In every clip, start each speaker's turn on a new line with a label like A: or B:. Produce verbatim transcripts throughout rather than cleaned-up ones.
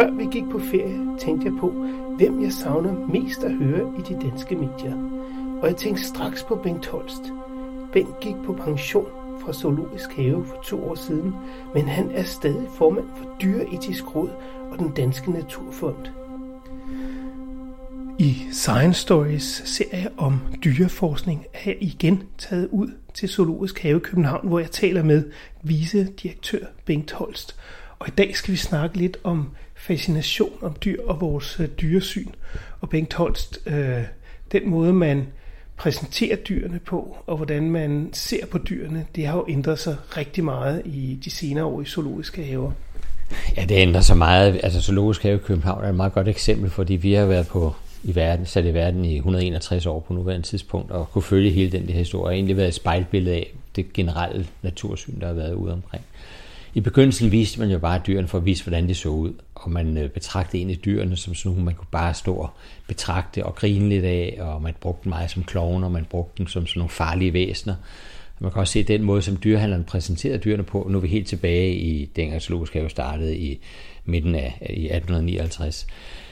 A: Før vi gik på ferie, tænkte jeg på, hvem jeg savner mest at høre i de danske medier. Og jeg tænkte straks på Bengt Holst. Bengt gik på pension fra Zoologisk Have for to år siden, men han er stadig formand for Dyreetisk Råd og den Danske Naturfond. I Science Stories serie om dyreforskning er jeg igen taget ud til Zoologisk Have i København, hvor jeg taler med vicedirektør Bengt Holst. Og i dag skal vi snakke lidt om fascination om dyr og vores øh, dyresyn. Og Bengt Holst, øh, den måde man præsenterer dyrene på, og hvordan man ser på dyrene, det har jo ændret sig rigtig meget i de senere år i zoologiske haver.
B: Ja, det ændrer sig meget. Altså Zoologisk Have i København er et meget godt eksempel, fordi vi har været på i verden, sat i verden i et hundrede og enogtres år på nuværende tidspunkt, og kunne følge hele den der historie. Det har egentlig været et spejlbillede af det generelle natursyn, der har været ude omkring. I begyndelsen viste man jo bare dyrene for at vise, hvordan de så ud, og man betragtede egentlig dyrene som sådan nogle, man kunne bare stå og betragte og grine lidt af, og man brugte dem meget som klovne, og man brugte dem som sådan nogle farlige væsener. Man kan også se den måde, som dyrehandleren præsenterede dyrene på. Nu er vi helt tilbage i dengang Zoologisk Have startede i midten af i atten nioghalvtreds.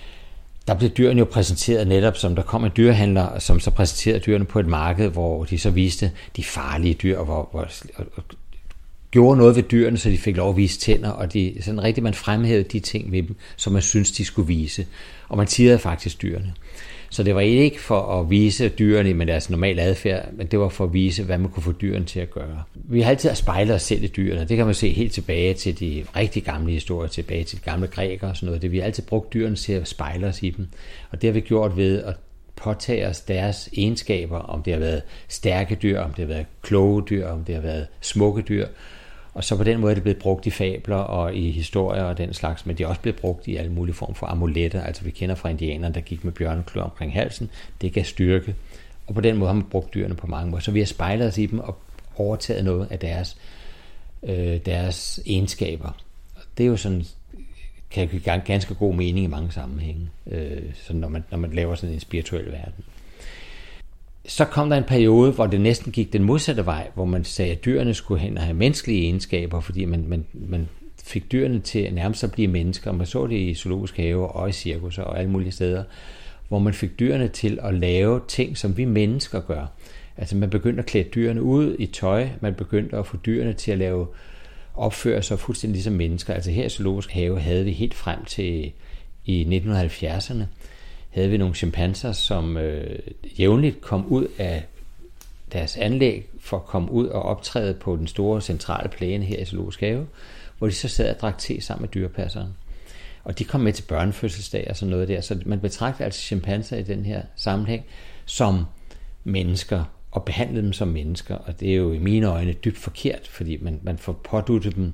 B: Der blev dyrene jo præsenteret netop, som der kom en dyrehandler, som så præsenterede dyrene på et marked, hvor de så viste de farlige dyr, og, hvor, hvor, og, og gjorde noget ved dyrene, så de fik lov at vise tænder, og de, sådan rigtig man fremhævede de ting ved dem, som man synes de skulle vise. Og man tirrede faktisk dyrene. Så det var ikke for at vise dyrene med deres normale adfærd, men det var for at vise, hvad man kunne få dyrene til at gøre. Vi har altid spejlet os selv i dyrene. Det kan man se helt tilbage til de rigtig gamle historier, tilbage til de gamle grækere og sådan noget. Det vi har altid brugt dyrene til at spejle os i dem. Og det har vi gjort ved at påtage os deres egenskaber, om det har været stærke dyr, om det har været kloge dyr, om det har været smukke dyr. Og så på den måde er det blevet brugt i fabler og i historier og den slags, men det er også blevet brugt i alle mulige former for amuletter. Altså vi kender fra indianerne, der gik med bjørneklør omkring halsen. Det gav styrke. Og på den måde har man brugt dyrene på mange måder. Så vi har spejlet os i dem og overtaget noget af deres, øh, deres egenskaber. Og det er jo sådan, kan give ganske god mening i mange sammenhænge, øh, sådan når, man, når man laver sådan en spirituel verden. Så kom der en periode, hvor det næsten gik den modsatte vej, hvor man sagde, at dyrene skulle hen og have menneskelige egenskaber, fordi man, man, man fik dyrene til at nærmest at blive mennesker. Man så det i zoologiske haver og i cirkusser og alle mulige steder, hvor man fik dyrene til at lave ting, som vi mennesker gør. Altså man begyndte at klæde dyrene ud i tøj, man begyndte at få dyrene til at lave opføre sig fuldstændig ligesom mennesker. Altså her i zoologisk have havde vi helt frem til i nitten halvfjerdserne, havde vi nogle chimpanser, som øh, jævnligt kom ud af deres anlæg for at komme ud og optræde på den store centrale plæne her i Zoologisk Have, hvor de så sad og drak te sammen med dyrepasseren. Og de kom med til børnefødselsdag og sådan noget der, så man betragter altså chimpanser i den her sammenhæng som mennesker og behandlede dem som mennesker, og det er jo i mine øjne dybt forkert, fordi man, man får påduttet dem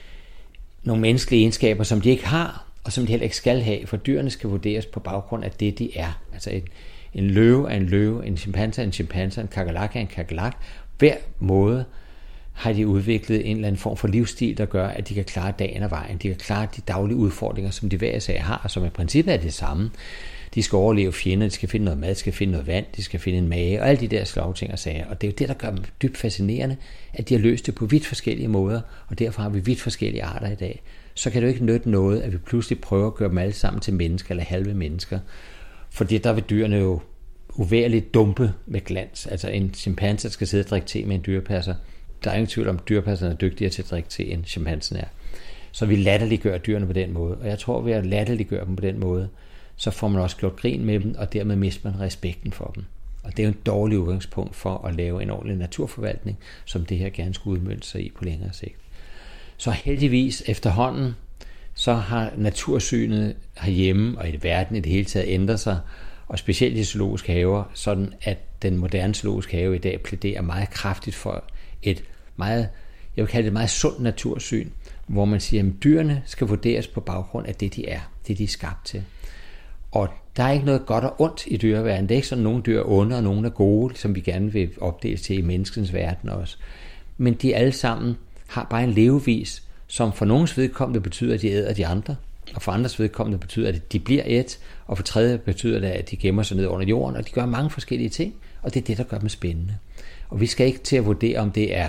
B: nogle menneskelige egenskaber, som de ikke har, og som de heller ikke skal have, for dyrene skal vurderes på baggrund af det, de er. Altså en, en løve er en løve, en chimpanse er en chimpanse, en kakerlak er en kakerlak. Hver måde har de udviklet en eller anden form for livsstil, der gør, at de kan klare dagen og vejen. De kan klare de daglige udfordringer, som de hver især har, og som i princippet er det samme. De skal overleve fjender, de skal finde noget mad, de skal finde noget vand, de skal finde en mage, og alle de der slags ting og sager. Og det er jo det, der gør dem dybt fascinerende, at de har løst det på vidt forskellige måder, og derfor har vi vidt forskellige arter i dag. Så kan det jo ikke nytte noget, at vi pludselig prøver at gøre dem alle sammen til mennesker eller halve mennesker. Fordi der vil dyrene jo uværligt dumpe med glans. Altså en chimpanse skal sidde og drikke te med en dyrepasser. Der er ingen tvivl om, at dyrepasserne er dygtigere til at drikke te, end chimpansen er. Så vi latterliggør dyrene på den måde. Og jeg tror, at ved at latterliggøre dem på den måde, så får man også gjort grin med dem, og dermed mister man respekten for dem. Og det er jo en dårlig udgangspunkt for at lave en ordentlig naturforvaltning, som det her gerne skulle udmønte sig i på længere sigt. Så heldigvis efterhånden, så har natursynet herhjemme og i verden i det hele taget ændret sig, og specielt i zoologiske haver, sådan at den moderne zoologiske have i dag plæderer meget kraftigt for et meget, jeg vil kalde det et meget sundt natursyn, hvor man siger, at dyrene skal vurderes på baggrund af det, de er, det de er skabt til. Og der er ikke noget godt og ondt i dyreverdenen. Det er ikke sådan, at nogle dyr er onde, og nogle er gode, som vi gerne vil opdele til i menneskens verden også. Men de alle sammen har bare en levevis, som for nogens vedkommende betyder, at de æder de andre, og for andres vedkommende betyder, at de bliver et, og for tredje betyder det, at de gemmer sig ned under jorden, og de gør mange forskellige ting, og det er det, der gør dem spændende. Og vi skal ikke til at vurdere, om det er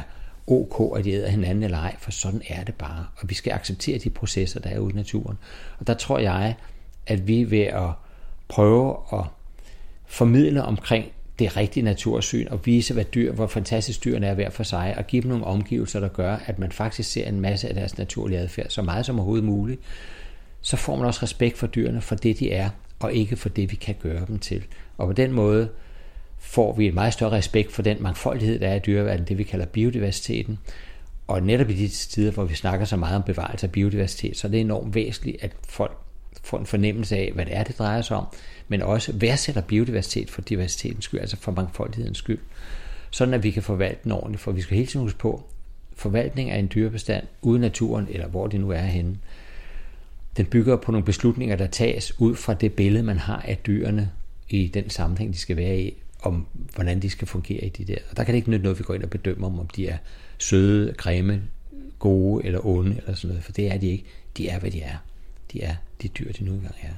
B: ok, at de æder hinanden eller ej, for sådan er det bare. Og vi skal acceptere de processer, der er ude i naturen. Og der tror jeg, at vi ved at prøve at formidle omkring det rigtige natursyn og vise, hvad dyr, hvor fantastisk dyrene er hver for sig, og give dem nogle omgivelser, der gør, at man faktisk ser en masse af deres naturlige adfærd, så meget som overhovedet muligt, så får man også respekt for dyrene for det, de er, og ikke for det, vi kan gøre dem til. Og på den måde får vi et meget større respekt for den mangfoldighed, der er i dyreverdenen, det vi kalder biodiversiteten. Og netop i de tider, hvor vi snakker så meget om bevarelse af biodiversitet, så er det enormt væsentligt, at folk får en fornemmelse af, hvad det er, det drejer sig om, men også værdsætter biodiversitet for diversitetens skyld, altså for mangfoldighedens skyld, sådan at vi kan forvalte den ordentligt, for vi skal hele tiden huske på, forvaltning af en dyrebestand ude i naturen, eller hvor det nu er henne, den bygger på nogle beslutninger, der tages ud fra det billede, man har af dyrene i den sammenhæng, de skal være i, om hvordan de skal fungere i de der. Og der kan det ikke nytte noget, vi går ind og bedømmer om, om de er søde, grimme, gode eller onde, eller sådan noget, for det er de ikke. De er, hvad de er. De er de dyr, de nu engang er.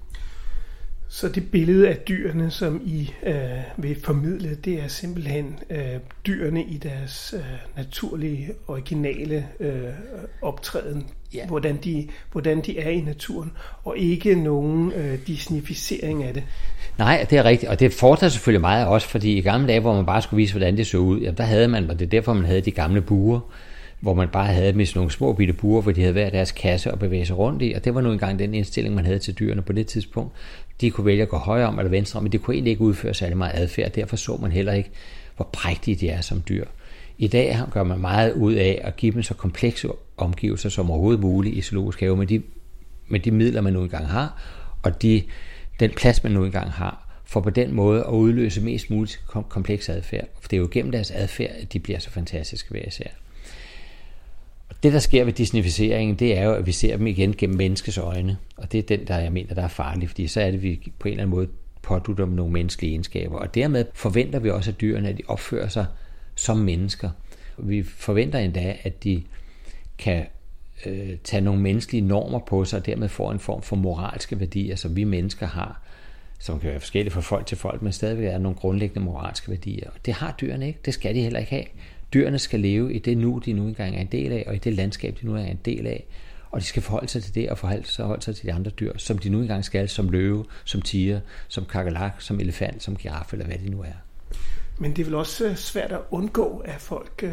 A: Så det billede af dyrene, som I øh, vil formidle, det er simpelthen øh, dyrene i deres øh, naturlige, originale øh, optræden, ja. hvordan, de, hvordan de er i naturen, og ikke nogen øh, disnificering af det.
B: Nej, det er rigtigt, og det fordrer selvfølgelig meget også, fordi i gamle dage, hvor man bare skulle vise, hvordan det så ud, jamen, der havde man, og det er derfor, man havde de gamle buer, hvor man bare havde med sådan nogle små bitte buer, hvor de havde hver deres kasse at bevæge sig rundt i, og det var nu engang den indstilling, man havde til dyrene på det tidspunkt. De kunne vælge at gå højre om eller venstre om, men det kunne egentlig ikke udføre særlig meget adfærd, derfor så man heller ikke, hvor prægtige de er som dyr. I dag gør man meget ud af at give dem så komplekse omgivelser som overhovedet muligt i zoologisk have, med de, med de midler, man nu engang har, og de, den plads, man nu engang har, for på den måde at udløse mest muligt kompleks adfærd. For det er jo gennem deres adfærd, at de bliver så fantastiske hver især. Det, der sker ved disnificeringen, det er jo, at vi ser dem igen gennem menneskets øjne. Og det er den, der jeg mener, der er farlig, fordi så er det, vi på en eller anden måde pådutter dem nogle menneskelige egenskaber. Og dermed forventer vi også af dyrene, at de opfører sig som mennesker. Vi forventer endda, at de kan øh, tage nogle menneskelige normer på sig, og dermed får en form for moralske værdier, som vi mennesker har, som kan være forskellige fra folk til folk, men stadigvæk er nogle grundlæggende moralske værdier. Og det har dyrene ikke. Det skal de heller ikke have. Dyrene skal leve i det nu, de nu engang er en del af, og i det landskab, de nu er en del af. Og de skal forholde sig til det, og forholde sig, forholde sig til de andre dyr, som de nu engang skal, som løve, som tiger, som kakerlak, som elefant, som giraf, eller hvad det nu er.
A: Men det er vel også svært at undgå, at folk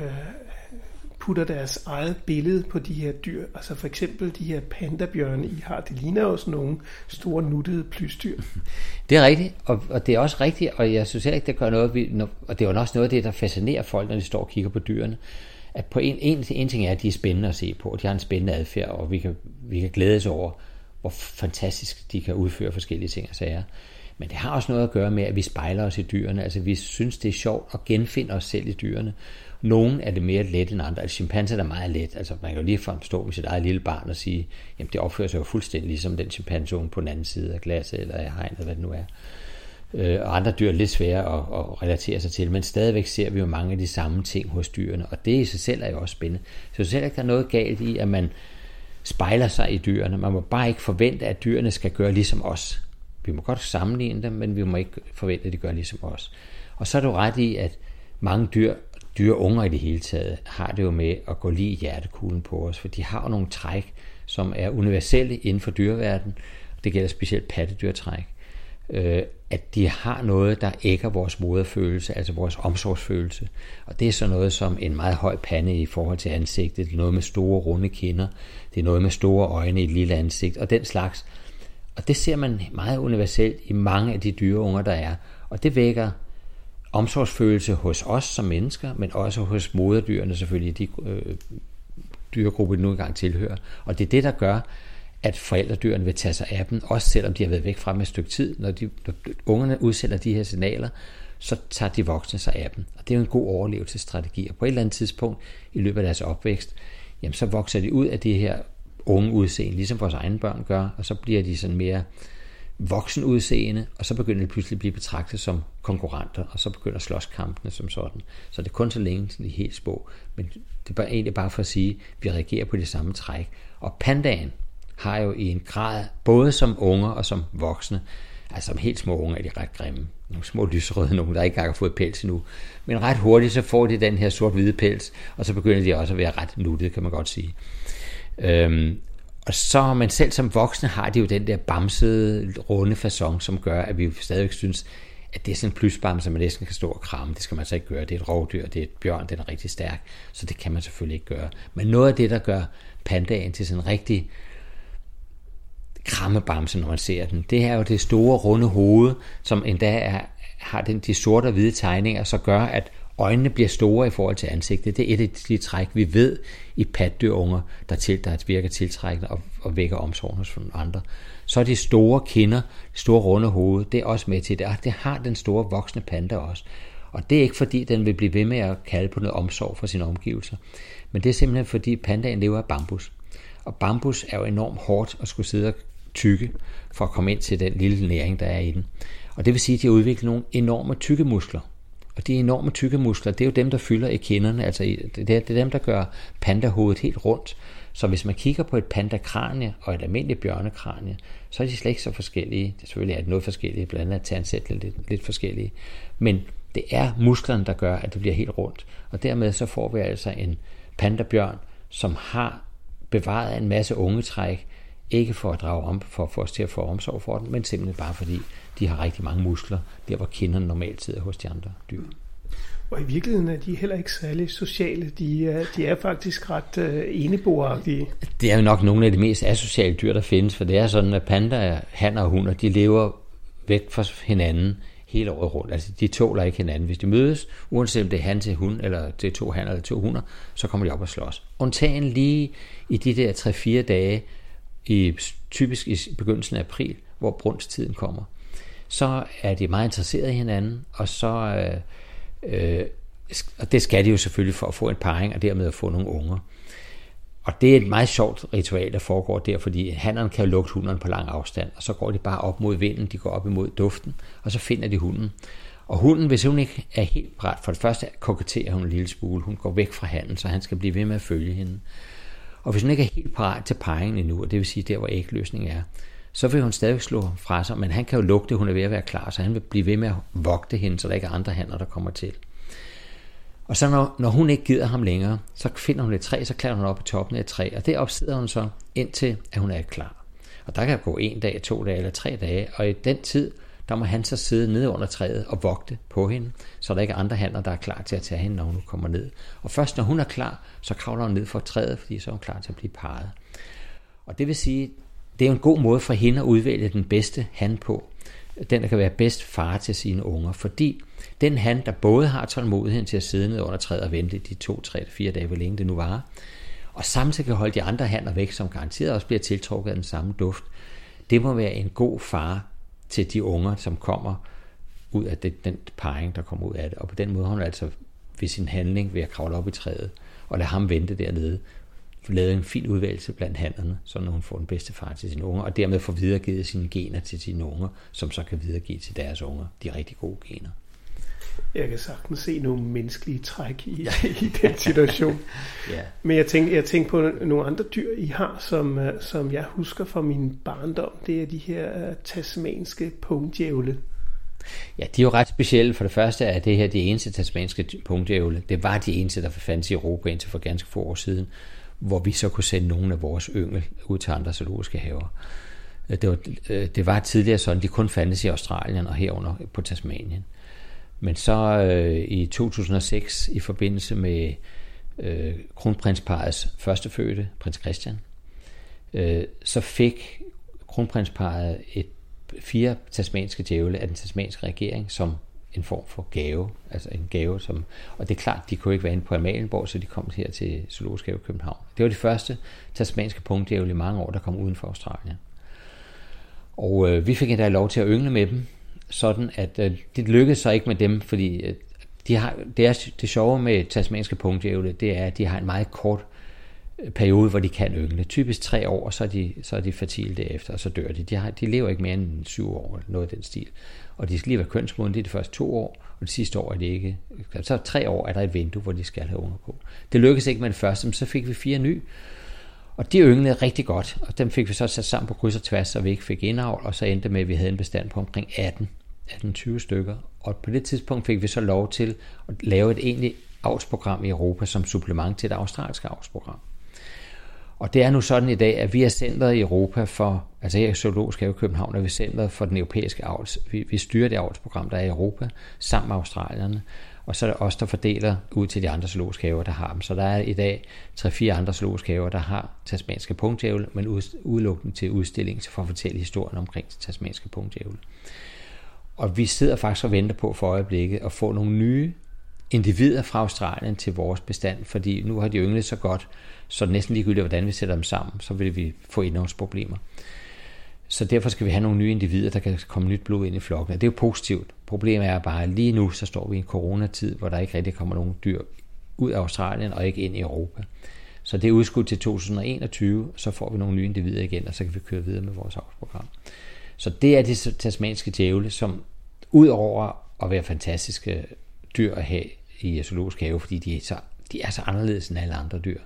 A: putter deres eget billede på de her dyr. Altså for eksempel de her pandabjørne, I har, det ligner jo sådan nogle store nuttede plysdyr.
B: Det er rigtigt, og, og det er også rigtigt, og jeg synes heller ikke, det gør noget, vi, når, og det er jo også noget af det, der fascinerer folk, når de står og kigger på dyrene, at på en, en, en ting er, at de er spændende at se på, og de har en spændende adfærd, og vi kan, vi kan glædes over, hvor fantastisk de kan udføre forskellige ting og sager. Men det har også noget at gøre med, at vi spejler os i dyrene. Altså vi synes, det er sjovt at genfinde os selv i dyrene. Nogle er det mere let end andre. Altså chimpanser er meget let. Altså man kan jo lige stå med sit eget lille barn og sige, jamen det opfører sig jo fuldstændig ligesom den chimpanseunge på den anden side af glasset eller af hegnet, hvad det nu er. Øh, og andre dyr er lidt svære at, at relatere sig til, men stadigvæk ser vi jo mange af de samme ting hos dyrene, og det i sig selv er jo også spændende. Så selv ikke der er noget galt i, at man spejler sig i dyrene. Man må bare ikke forvente, at dyrene skal gøre ligesom os. Vi må godt sammenligne dem, men vi må ikke forvente, at de gør ligesom os. Og så er du ret i, at mange dyr, dyr unger i det hele taget, har det jo med at gå lige i hjertekuglen på os, for de har jo nogle træk, som er universelle inden for dyreverdenen. Det gælder specielt pattedyrtræk. At de har noget, der ægger vores moderfølelse, altså vores omsorgsfølelse. Og det er så noget som en meget høj pande i forhold til ansigtet, det er noget med store runde kinder, det er noget med store øjne i et lille ansigt, og den slags. Og det ser man meget universelt i mange af de dyreunger, der er. Og det vækker omsorgsfølelse hos os som mennesker, men også hos moderdyrene selvfølgelig, de øh, dyregrupper, de nu engang tilhører. Og det er det, der gør, at forældredyrene vil tage sig af dem, også selvom de har været væk fra dem et stykke tid. Når, de, når ungerne udsender de her signaler, så tager de voksne sig af dem. Og det er jo en god overlevelsesstrategi. Og på et eller andet tidspunkt i løbet af deres opvækst, jamen så vokser de ud af det her unge udseende, ligesom vores egne børn gør, og så bliver de sådan mere voksen udseende, og så begynder de pludselig at blive betragtet som konkurrenter, og så begynder slåskampene som sådan. Så det er kun så længe, de er helt små. Men det er egentlig bare for at sige, at vi reagerer på det samme træk. Og pandaen har jo i en grad, både som unger og som voksne, Altså som helt små unger er de ret grimme. Nogle små lysrøde, nogle der ikke engang har fået pels endnu. Men ret hurtigt så får de den her sort-hvide pels, og så begynder de også at være ret nuttede, kan man godt sige. Øhm, og så, men selv som voksne har de jo den der bamsede, runde facon, som gør, at vi stadigvæk synes, at det er sådan en plysbamse, man næsten kan stå og kramme. Det skal man så ikke gøre. Det er et rovdyr, det er et bjørn, den er rigtig stærk, så det kan man selvfølgelig ikke gøre. Men noget af det, der gør pandaen til sådan en rigtig krammebamse, når man ser den, det er jo det store, runde hoved, som endda er, har den, de sorte og hvide tegninger, så gør, at øjnene bliver store i forhold til ansigtet. Det er et af de træk, vi ved i patdyrunger, der, til, der virker tiltrækkende og, og vækker omsorg hos andre. Så er de store kinder, de store runde hoved, det er også med til det. Og det har den store voksne panda også. Og det er ikke fordi, den vil blive ved med at kalde på noget omsorg for sine omgivelser. Men det er simpelthen fordi, pandaen lever af bambus. Og bambus er jo enormt hårdt at skulle sidde og tykke for at komme ind til den lille næring, der er i den. Og det vil sige, at de har udviklet nogle enorme tykke muskler. Og de enorme tykke muskler, det er jo dem, der fylder i kinderne. Altså, det er dem, der gør pandahovedet helt rundt. Så hvis man kigger på et pandakranie og et almindeligt bjørnekranie, så er de slet ikke så forskellige. Det selvfølgelig er det noget forskellige, blandt andet tandsæt lidt, lidt forskellige. Men det er musklerne, der gør, at det bliver helt rundt. Og dermed så får vi altså en pandabjørn, som har bevaret en masse ungetræk, ikke for at drage om, for at få os til at få omsorg for den, men simpelthen bare fordi de har rigtig mange muskler, der hvor kinderne normalt sidder hos de andre dyr.
A: Og i virkeligheden er de heller ikke særlig sociale. De er, de er faktisk ret øh, eneboeragtige.
B: Det er jo nok nogle af de mest asociale dyr, der findes, for det er sådan, at pandaer, hanner og hunder, de lever væk fra hinanden hele året rundt. Altså, de tåler ikke hinanden. Hvis de mødes, uanset om det er han til hund, eller det er to hanner eller to hunder, så kommer de op og slås. Undtagen lige i de der tre fire dage, i, typisk i begyndelsen af april, hvor brunstiden kommer, så er de meget interesserede i hinanden, og så øh, øh, og det skal de jo selvfølgelig for at få en parring, og dermed at få nogle unger. Og det er et meget sjovt ritual, der foregår der, fordi hannerne kan jo lugte hunderne på lang afstand, og så går de bare op mod vinden, de går op imod duften, og så finder de hunden. Og hunden, hvis hun ikke er helt parat, for det første koketterer hun en lille smule, hun går væk fra hannen, så han skal blive ved med at følge hende. Og hvis hun ikke er helt parat til parringen endnu, og det vil sige der, hvor ægløsningen er, så vil hun stadig slå fra sig, men han kan jo lugte, hun er ved at være klar, så han vil blive ved med at vogte hende, så der ikke er andre hanner, der kommer til. Og så når, når hun ikke gider ham længere, så finder hun et træ, så klatrer hun op på toppen af et træ, og deroppe sidder hun så, indtil at hun er klar. Og der kan gå en dag, to dage eller tre dage, og i den tid, der må han så sidde nede under træet og vogte på hende, så der ikke er andre hanner, der er klar til at tage hende, når hun kommer ned. Og først når hun er klar, så kravler hun ned fra træet, fordi så er hun klar til at blive parret. Og det vil sige, det er jo en god måde for hende at udvælge den bedste han på. Den, der kan være bedst far til sine unger, fordi den han, der både har tålmodigheden til at sidde ned under træet og vente de to, tre, fire dage, hvor længe det nu varer, og samtidig kan holde de andre hanner væk, som garanteret også bliver tiltrukket af den samme duft, det må være en god far til de unger, som kommer ud af det, den parring, der kommer ud af det. Og på den måde har hun altså ved sin handling ved at kravle op i træet og lade ham vente dernede, lavet en fin udvælgelse blandt hannerne, så når hun får den bedste far til sine unger, og dermed får videregivet sine gener til sine unger, som så kan videregive til deres unger de rigtig gode gener.
A: Jeg kan sagtens se nogle menneskelige træk i, i den situation.
B: Ja.
A: Men jeg tænker, jeg tænker på nogle andre dyr, I har, som, som jeg husker fra min barndom. Det er de her uh, tasmanske pungdjævle.
B: Ja, de er jo ret specielle. For det første er det her de eneste tasmanske pungdjævle. Det var de eneste, der fandtes i Europa indtil for ganske få år siden, hvor vi så kunne sende nogle af vores yngel ud til andre zoologiske haver. Det var, det var tidligere sådan, de kun fandtes i Australien og herunder på Tasmanien. Men så øh, i to tusind og seks, i forbindelse med øh, kronprinsparrets førstefødte, prins Christian, øh, så fik kronprinsparret et fire tasmanske djævle af den tasmanske regering som en form for gave. Altså en gave, som, og det er klart, de kunne ikke være inde på Amalienborg, så de kom her til Zoologisk Have i København. Det var de første tasmanske pungdjævle i mange år, der kom uden for Australien. Og øh, vi fik endda lov til at yngle med dem, sådan at øh, det lykkedes så ikke med dem, fordi øh, de har, det, er, det sjove med tasmanske pungdjævle, det er, at de har en meget kort periode, hvor de kan yngle. Typisk tre år, og så er de, så er de fertile derefter, og så dør de. De, har, de lever ikke mere end syv år, eller noget af den stil. Og de skal lige være kønsmodne, det er de første to år, og det sidste år er det ikke. Så tre år er der et vindue, hvor de skal have unger på. Det lykkedes ikke med den første, men så fik vi fire ny. Og de ynglede rigtig godt, og dem fik vi så sat sammen på kryds og tværs, så vi ikke fik indavl, og så endte med, at vi havde en bestand på omkring atten til tyve stykker. Og på det tidspunkt fik vi så lov til at lave et egentligt avlsprogram i Europa som supplement til et australsk avlsprogram. Og det er nu sådan i dag, at vi er centret i Europa for, altså her i Zoologisk Have i København, er vi centret for den europæiske avls. Vi, vi styrer det avlsprogram, der er i Europa, sammen med australierne. Og så er det os, der fordeler ud til de andre zoologiske haver, der har dem. Så der er i dag tre-fire andre zoologiske haver, der har tasmanske pungdjævle, men udelukkende til udstilling, for at fortælle historien omkring tasmanske pungdjævle. Og vi sidder faktisk og venter på for øjeblikket at få nogle nye individer fra Australien til vores bestand, fordi nu har de ynglet så godt, så næsten ligegyldigt, hvordan vi sætter dem sammen, så vil vi få indholdsproblemer. Så derfor skal vi have nogle nye individer, der kan komme nyt blod ind i flokken. Det er jo positivt. Problemet er bare, at lige nu så står vi i en coronatid, hvor der ikke rigtig kommer nogen dyr ud af Australien og ikke ind i Europa. Så det er udskudt til to tusind og enogtyve, så får vi nogle nye individer igen, og så kan vi køre videre med vores avlsprogram. Så det er de tasmanske djævle, som ud over at være fantastiske dyr at have i zoologisk have, fordi de er, så, de er så anderledes end alle andre dyr,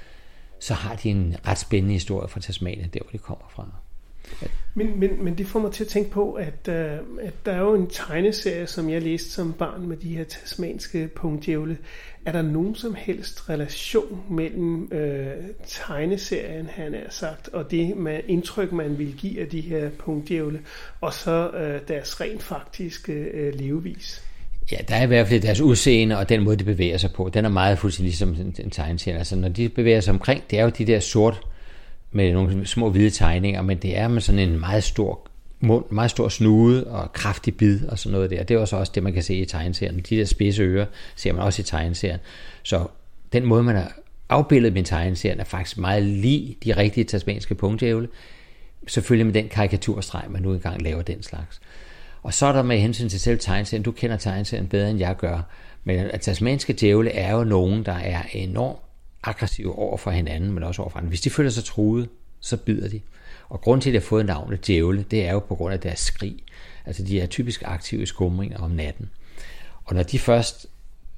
B: så har de en ret spændende historie fra Tasmanien, der hvor de kommer fra. Ja.
A: Men, men, men det får mig til at tænke på, at, uh, at der er jo en tegneserie, som jeg læste som barn med de her tasmanske pungdjævle. Er der nogen som helst relation mellem uh, tegneserien, han har sagt, og det man, indtryk, man vil give af de her pungdjævle, og så uh, deres rent faktiske uh, levevis?
B: Ja, der er i hvert fald deres udseende, og den måde, de bevæger sig på, den er meget fuldstændig ligesom en, en tegneserie. Altså, når de bevæger sig omkring, det er jo de der sort med nogle små hvide tegninger, men det er med sådan en meget stor mund, meget stor snude og kraftig bid og sådan noget der. Det er også også det, man kan se i tegneserien. De der spidse ører ser man også i tegneserien. Så den måde, man har afbildet med tegneserien, er faktisk meget lig de rigtige tasmanske pungdjævle. Selvfølgelig med den karikaturstreg, man nu engang laver den slags. Og så er der med hensyn til selv tegneserien, du kender tegneserien bedre, end jeg gør, men at tasmanske djævle er jo nogen, der er enormt aggressive over for hinanden, men også over for hinanden. Hvis de føler sig truet, så bider de. Og grunden til, at de har fået navnet djævle, det er jo på grund af deres skrig. Altså, de er typisk aktive i skumringer om natten. Og når de først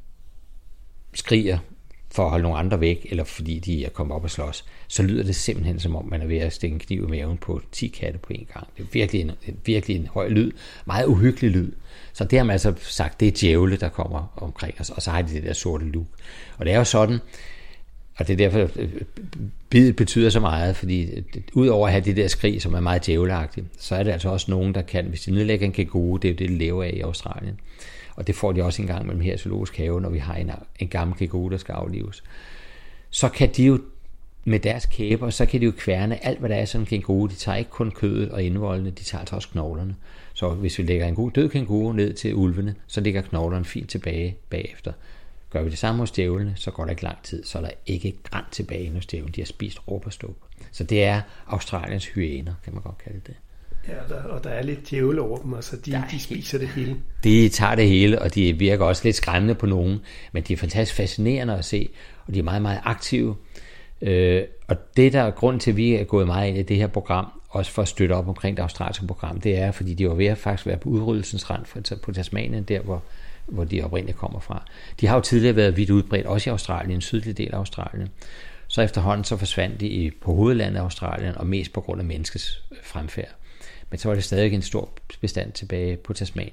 B: skriger for at holde nogle andre væk, eller fordi de er kommet op og slås, så lyder det simpelthen som om, man er ved at stikke en kniv i maven på ti katte på en gang. Det er virkelig en, virkelig en høj lyd, meget uhyggelig lyd. Så det har man altså sagt, det er djævle, der kommer omkring os, og så har de det der sorte look. Og det er jo sådan, og det er derfor, bidet betyder så meget, fordi udover at have det der skrig, som er meget djævleagtigt, så er det altså også nogen, der kan, hvis de nedlægger en kænguru, det er jo det, de lever af i Australien. Og det får de også en gang mellem her i Zoologisk Have, når vi har en, en gammel kænguru, der skal aflives. Så kan de jo med deres kæber, så kan de jo kværne alt, hvad der er sådan en kænguru. De tager ikke kun kødet og indvoldene, de tager altså også knoglerne. Så hvis vi lægger en god død kænguru ned til ulvene, så ligger knoglerne fint tilbage bagefter. Gør vi det samme hos djævlene, så går der ikke lang tid, så er der ikke grænt tilbage hos djævlen. De har spist råb og ståb. Så det er Australiens hyæner, kan man godt kalde det.
A: Ja, der, og der er lidt djævle over dem, altså de, de spiser det hele.
B: De tager det hele, og de virker også lidt skræmmende på nogen, men de er fantastisk fascinerende at se, og de er meget, meget aktive. Øh, og det, der er grund til, at vi er gået meget ind i det her program, også for at støtte op omkring det australske program, det er, fordi de var ved at faktisk være på udryddelsens rand på Tasmanien, der hvor, hvor de oprindeligt kommer fra. De har jo tidligere været vidt udbredt, også i Australien, en sydlig del af Australien. Så efterhånden så forsvandt de i, på hovedlandet af Australien, og mest på grund af menneskets fremfærd. Men så var det stadig en stor bestand tilbage på Tasmanien.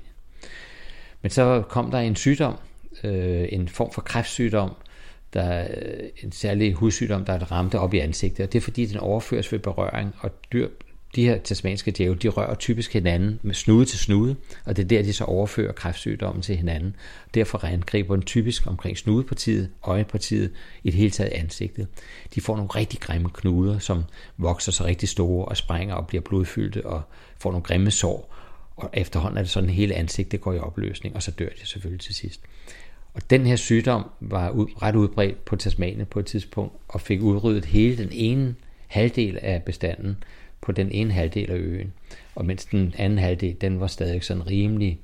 B: Men så kom der en sygdom, øh, en form for kræftsygdom, der er en særlig hudsygdom, der ramte op i ansigtet, og det er fordi, den overføres ved berøring, og dyr, de her tasmanske djævle, de rører typisk hinanden med snude til snude, og det er der, de så overfører kræftsygdommen til hinanden. Derfor angriber den typisk omkring snudepartiet, øjenpartiet, i det hele taget ansigtet. De får nogle rigtig grimme knuder, som vokser så rigtig store og sprænger og bliver blodfyldte og får nogle grimme sår, og efterhånden er det sådan, at hele ansigtet går i opløsning, og så dør de selvfølgelig til sidst. Og den her sygdom var ud, ret udbredt på Tasmanien på et tidspunkt, og fik udryddet hele den ene halvdel af bestanden på den ene halvdel af øen. Og mens den anden halvdel, den var stadig sådan rimelig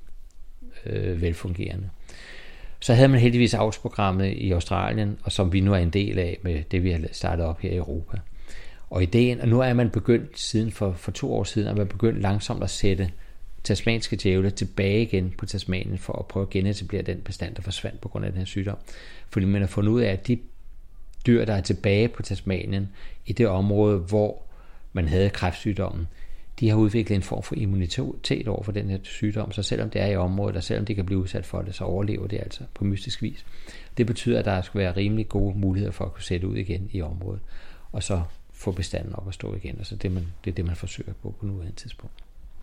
B: øh, velfungerende. Så havde man heldigvis avlsprogrammet i Australien, og som vi nu er en del af med det, vi har startet op her i Europa. Og ideen, og nu er man begyndt siden for, for to år siden, at man begyndt langsomt at sætte tasmanske djævle tilbage igen på Tasmanien for at prøve at genetablere den bestand, der forsvandt på grund af den her sygdom. Fordi man har fundet ud af, at de dyr, der er tilbage på Tasmanien, i det område, hvor man havde kræftsygdommen, de har udviklet en form for immunitet over for den her sygdom, så selvom det er i området, og selvom de kan blive udsat for det, så overlever det altså på mystisk vis. Det betyder, at der skal være rimelig gode muligheder for at kunne sætte ud igen i området, og så få bestanden op at stå igen. Altså det, man, det er det, man forsøger på på nuværende tidspunkt.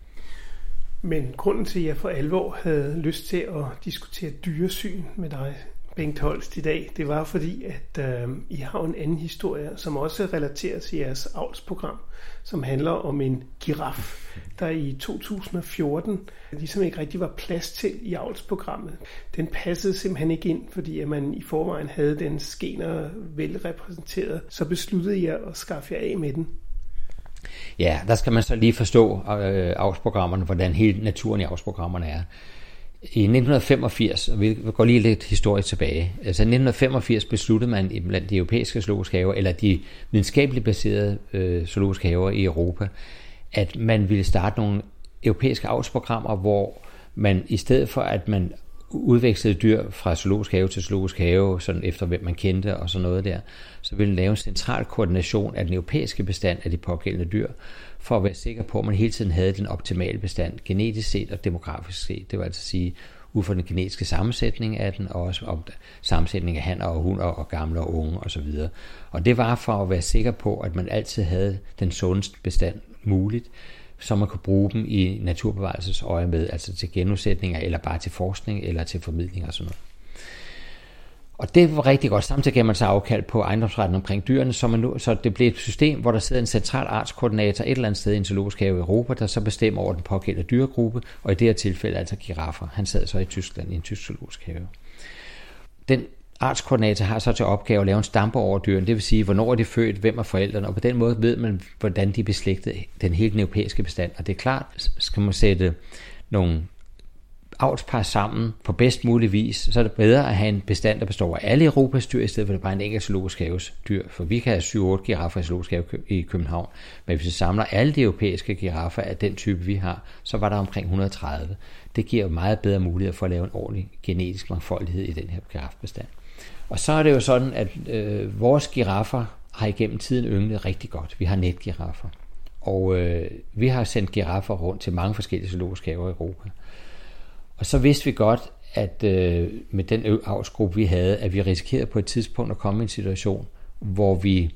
A: Men grunden til, at jeg for alvor havde lyst til at diskutere dyresyn med dig, Bengt Holst, i dag, det var fordi, at øh, I har en anden historie, som også relateres til jeres avlsprogram, som handler om en giraf, der i to tusind og fjorten ligesom ikke rigtig var plads til i avlsprogrammet. Den passede simpelthen ikke ind, fordi at man i forvejen havde dens gener velrepræsenteret, så besluttede jeg at skaffe jer af med den.
B: Ja, der skal man så lige forstå øh, avlsprogrammerne, hvordan hele naturen i avlsprogrammerne er. I nitten femogfirs, og vi går lige lidt historisk tilbage, altså i nitten femogfirs besluttede man blandt de europæiske zoologiske haver, eller de videnskabeligt baserede øh, zoologiske haver i Europa, at man ville starte nogle europæiske avlsprogrammer, hvor man i stedet for, at man udvekslede dyr fra zoologisk have til zoologisk have, sådan efter hvem man kendte og sådan noget der, så ville man lave en central koordination af den europæiske bestand af de pågældende dyr, for at være sikker på, at man hele tiden havde den optimale bestand, genetisk set og demografisk set. Det vil altså sige, ud fra den genetiske sammensætning af den, og også om sammensætning af hanner og hunder og gamle og unge osv. Og det var for at være sikker på, at man altid havde den sundeste bestand muligt, så man kunne bruge dem i naturbevarelsesøje med, altså til genudsætninger, eller bare til forskning, eller til formidling og sådan noget. Og det var rigtig godt. Samtidig gav man så afkald på ejendomsretten omkring dyrene, så, man nu, så det blev et system, hvor der sidder en central artskoordinator et eller andet sted i en zoologisk have i Europa, der så bestemmer over den pågældende dyregruppe, og i det her tilfælde altså giraffer. Han sad så i Tyskland i en tysk zoologisk have. Den artskoordinator har så til opgave at lave en stampe over dyrene, det vil sige, hvornår er de født, hvem er forældrene, og på den måde ved man, hvordan de er beslægtet den hele den europæiske bestand. Og det er klart, skal man sætte nogle avlspar sammen på bedst mulig vis, så er det bedre at have en bestand, der består af alle Europas dyr, i stedet for det bare en enkelt zoologisk haves dyr. For vi kan have syv otte giraffer i zoologisk have i København, men hvis vi samler alle de europæiske giraffer af den type, vi har, så var der omkring et hundrede og tredive. Det giver meget bedre mulighed for at lave en ordentlig genetisk mangfoldighed i den her girafbestand. Og så er det jo sådan, at øh, vores giraffer har igennem tiden ynglet rigtig godt. Vi har netgiraffer. Og øh, vi har sendt giraffer rundt til mange forskellige zoologiske haver i Europa. Og så vidste vi godt, at øh, med den avlsgruppe, vi havde, at vi risikerede på et tidspunkt at komme i en situation, hvor vi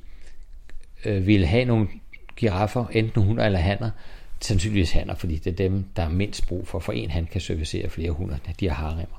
B: øh, ville have nogle giraffer, enten hunder eller hanner, sandsynligvis hanner, fordi det er dem, der er mindst brug for. For en han kan servicere flere hunder, de har haremmer.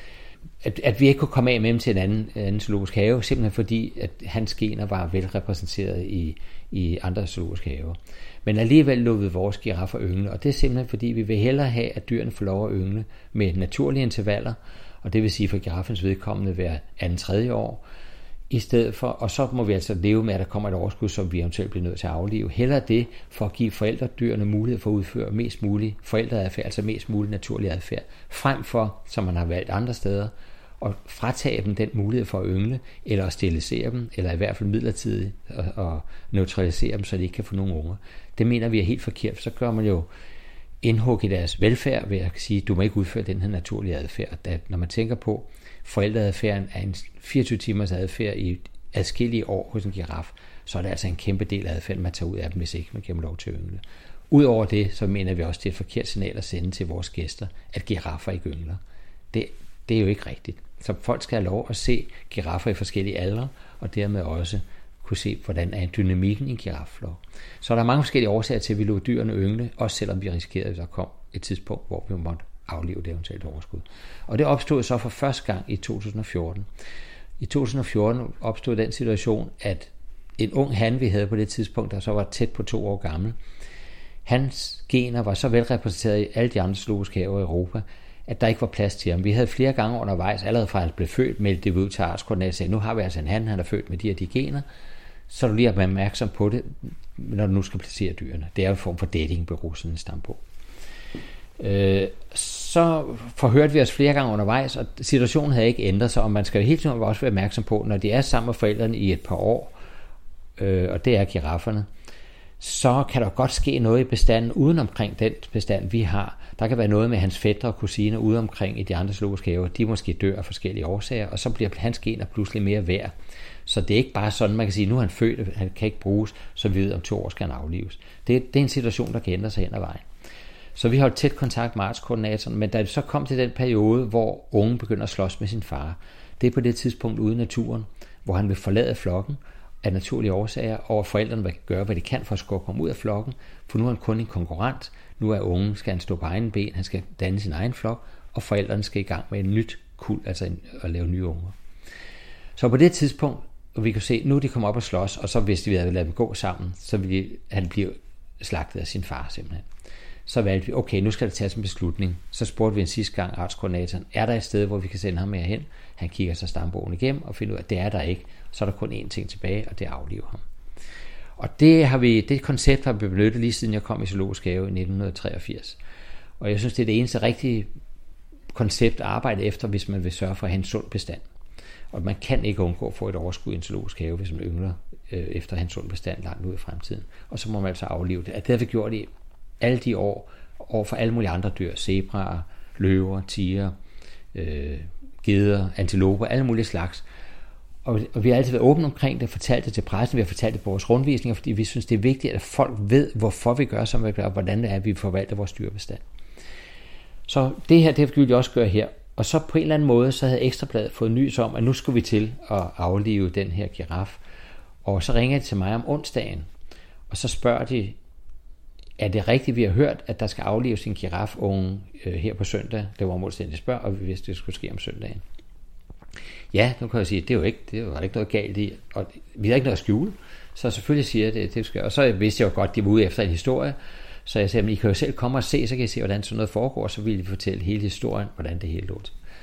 B: At, at vi ikke kunne komme af med dem til en anden, anden zoologisk have, simpelthen fordi, at hans gener var velrepræsenteret i, i andre zoologiske haver. Men alligevel lå vi vores giraffer yngle, og det er simpelthen fordi, vi vil hellere have, at dyrene får lov at yngle med naturlige intervaller, og det vil sige for giraffens vedkommende hver anden tredje år, i stedet for, og så må vi altså leve med, at der kommer et overskud, som vi eventuelt bliver nødt til at aflive. Hellere det, for at give forældredyrene mulighed for at udføre mest mulig forældreadfærd, altså mest mulig naturlig adfærd, frem for, som man har valgt andre steder, at fratage dem den mulighed for at yngle, eller at sterilisere dem, eller i hvert fald midlertidigt at neutralisere dem, så de ikke kan få nogen unger. Det mener vi er helt forkert, for så gør man jo indhug i deres velfærd ved at sige, du må ikke udføre den her naturlige adfærd. At når man tænker på, forældreadfærden er en fireogtyve timers adfærd i adskillige år hos en giraf, så er det altså en kæmpe del af adfærden, man tager ud af dem, hvis ikke man giver dem lov til at yngle. Udover det, så mener vi også, det er et forkert signal at sende til vores gæster, at giraffer ikke yngler. Det, det er jo ikke rigtigt. Så folk skal have lov at se giraffer i forskellige aldre, og dermed også kunne se, hvordan er dynamikken i en girafflok. Så der er mange forskellige årsager til, at vi lod dyrene yngle, også selvom vi risikerede, at der kom et tidspunkt, hvor vi måtte aflive det eventuelt overskud. Og det opstod så for første gang i to tusind og fjorten. I to tusind og fjorten opstod den situation, at en ung han, vi havde på det tidspunkt, der så var tæt på to år gammel, hans gener var så velrepræsenteret i alle de andre zoologiske haver i Europa, at der ikke var plads til ham. Vi havde flere gange undervejs, allerede fra han blev født, meldte det ud til artskoordinator og sagde, nu har vi altså en han, han er født med de her de gener, så du lige er opmærksom på det, når du nu skal placere dyrene. Det er jo en form for datingbureau, sådan en stampo. Øh, så forhørte vi os flere gange undervejs, og situationen havde ikke ændret sig, og man skal jo hele tiden også være opmærksom på, når de er sammen med forældrene i et par år, øh, og det er girafferne, så kan der godt ske noget i bestanden uden omkring den bestand, vi har. Der kan være noget med hans fætre og kusiner ude omkring i de andre zoologiske haver. De måske dør af forskellige årsager, og så bliver hans gener pludselig mere værd. Så det er ikke bare sådan, man kan sige, nu er han født, han kan ikke bruges, så vi ved, om to år skal han aflives. Det, det er en situation, der kan ændre sig hen ad vejen. Så vi holdt tæt kontakt med artskoordinatoren, men da det så kom til den periode, hvor ungen begynder at slås med sin far, det er på det tidspunkt ude i naturen, hvor han vil forlade flokken af naturlige årsager, og forældrene vil gøre, hvad de kan for at skubbe ham ud af flokken, for nu er han kun en konkurrent. Nu er ungen, skal han stå på egen ben, han skal danne sin egen flok, og forældrene skal i gang med et nyt kuld, altså en, at lave nye unger. Så på det tidspunkt, og vi kan se, nu er de kommet op og slås, og så hvis de havde ladet dem gå sammen, så ville han blive slagtet af sin far simpelthen. Så valgte vi, okay, nu skal der tages en beslutning. Så spurgte vi en sidste gang artskoordinatoren, er der et sted, hvor vi kan sende ham med hen? Han kigger så stambogen igennem og finder ud af, at det er der ikke. Så er der kun én ting tilbage, og det er at aflive ham. Og det har vi, det koncept har vi benyttet lige siden jeg kom i Zoologisk Have i nitten treogfirs. Og jeg synes, det er det eneste rigtige koncept at arbejde efter, hvis man vil sørge for at have en sund bestand. Og man kan ikke undgå at få et overskud i en zoologisk have, hvis man yngler øh, efter at have en sund bestand langt ud i fremtiden. Og så må man altså aflive det. At det har vi gjort i alle de år, over for alle mulige andre dyr, zebraer, løver, tiger, øh, geder, antiloper, alle mulige slags. Og, og vi har altid været åbne omkring det, fortalt det til pressen, vi har fortalt det på vores rundvisninger, fordi vi synes, det er vigtigt, at folk ved, hvorfor vi gør, som vi gør, og hvordan det er, at vi forvalter vores dyrebestand. Så det her, det vil vi også gøre her. Og så på en eller anden måde, så havde Ekstrabladet fået nys om, at nu skulle vi til at aflive den her giraf. Og så ringer de til mig om onsdagen, og så spørger de, er det rigtigt, vi har hørt, at der skal aflives en girafunge øh, her på søndag? Det var områdstændigt spørg, og vi vidste, at det skulle ske om søndagen. Ja, nu kan jeg sige, at det er jo ikke, det var ikke noget galt i, og vi har ikke noget at skjule, så selvfølgelig siger jeg det, det skal. Og så vidste jeg jo godt, at de var ude efter en historie, så jeg sagde, at I kan jo selv komme og se, så kan I se, hvordan sådan noget foregår, og så vil I fortælle hele historien, hvordan det hele lå.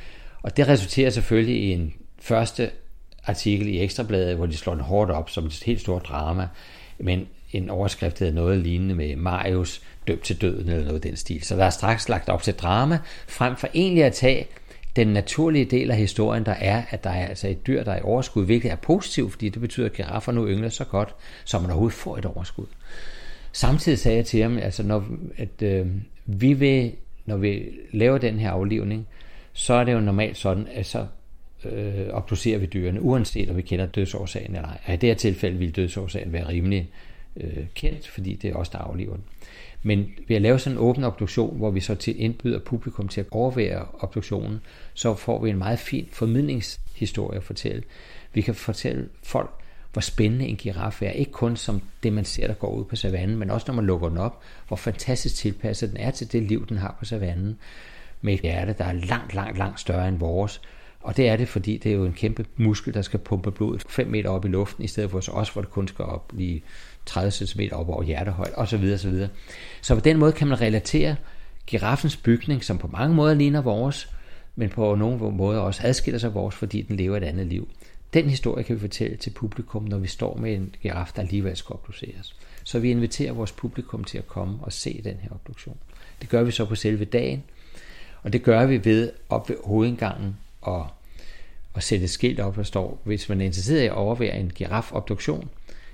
B: Og det resulterer selvfølgelig i en første artikel i Ekstrabladet, hvor de slår den hårdt op som et helt stort drama, men en overskrift havde noget lignende med Marius dømt til døden eller noget af den stil. Så der er straks lagt op til drama, frem for egentlig at tage den naturlige del af historien, der er, at der er altså et dyr, der er i overskud, hvilket er positivt, fordi det betyder, at giraffer nu yngler så godt, så man overhovedet får et overskud. Samtidig sagde jeg til ham, altså når, at øh, vi vil, når vi laver den her aflivning, så er det jo normalt sådan, at så øh, obducerer vi dyrene, uanset om vi kender dødsårsagen eller ej. Og i det her tilfælde vil dødsårsagen være rimelig øh, kendt, fordi det er os, der afliver den. Men ved at lave sådan en åben obduktion, hvor vi så til indbyder publikum til at overvære obduktionen, så får vi en meget fin formidlingshistorie at fortælle. Vi kan fortælle folk, hvor spændende en giraf er. Ikke kun som det, man ser, der går ud på savannen, men også når man lukker den op, hvor fantastisk tilpasset den er til det liv, den har på savannen. Med et hjerte, der er langt, langt, langt større end vores. Og det er det, fordi det er jo en kæmpe muskel, der skal pumpe blodet fem meter op i luften, i stedet for så også, hvor det kun skal op lige tredive centimeter op over hjertehøjde, osv. osv. Så på den måde kan man relatere giraffens bygning, som på mange måder ligner vores, men på nogle måder også adskiller sig vores, fordi den lever et andet liv. Den historie kan vi fortælle til publikum, når vi står med en giraf, der alligevel skal obduceres. Så vi inviterer vores publikum til at komme og se den her obduktion. Det gør vi så på selve dagen, og det gør vi ved op ved hovedindgangen og, og sætte et skilt op, der står, hvis man er interesseret i at overvære en girafobduktion,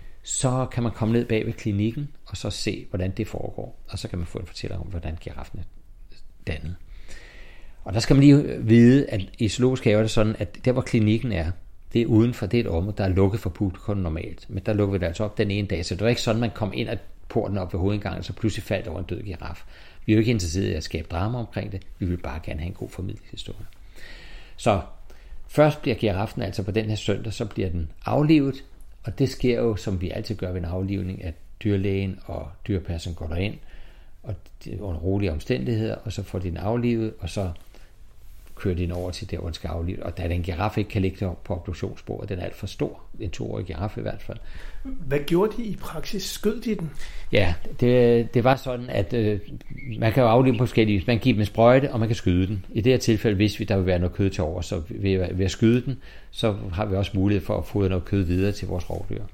B: så kan man komme ned bag ved klinikken og så se, hvordan det foregår. Og så kan man få en fortæller om, hvordan giraffen er dannet. Og der skal man lige vide, at i Zoologisk Have er det sådan, at der hvor klinikken er, det er udenfor, det er et område, der er lukket for publikum normalt. Men der lukker vi det altså op den ene dag, så det er ikke sådan, man kom ind ad porten op ved hovedindgangen, og så pludselig faldt over en død giraf. Vi er jo ikke interesseret i at skabe drama omkring det, vi vil bare gerne have en god formidlingshistorie. Så først bliver giraffen altså på den her søndag, så bliver den aflivet, og det sker jo, som vi altid gør ved en aflivning, at dyrlægen og dyrpasseren går derind, og under rolige omstændigheder, og så får de den aflivet, og så kører de den over til der, hvor den skal aflives. Og da den giraf ikke kan ligge på obduktionsbordet, den er alt for stor, en toårig giraf i hvert fald.
A: Hvad gjorde de i praksis? Skød de den?
B: Ja, det, det var sådan, at øh, man kan jo aflive på forskellige vis. Man kan give dem en sprøjte, og man kan skyde den. I det her tilfælde, hvis vi der vil være noget kød til over, så ved, ved at skyde den, så har vi også mulighed for at fodre noget kød videre til vores rovdyr.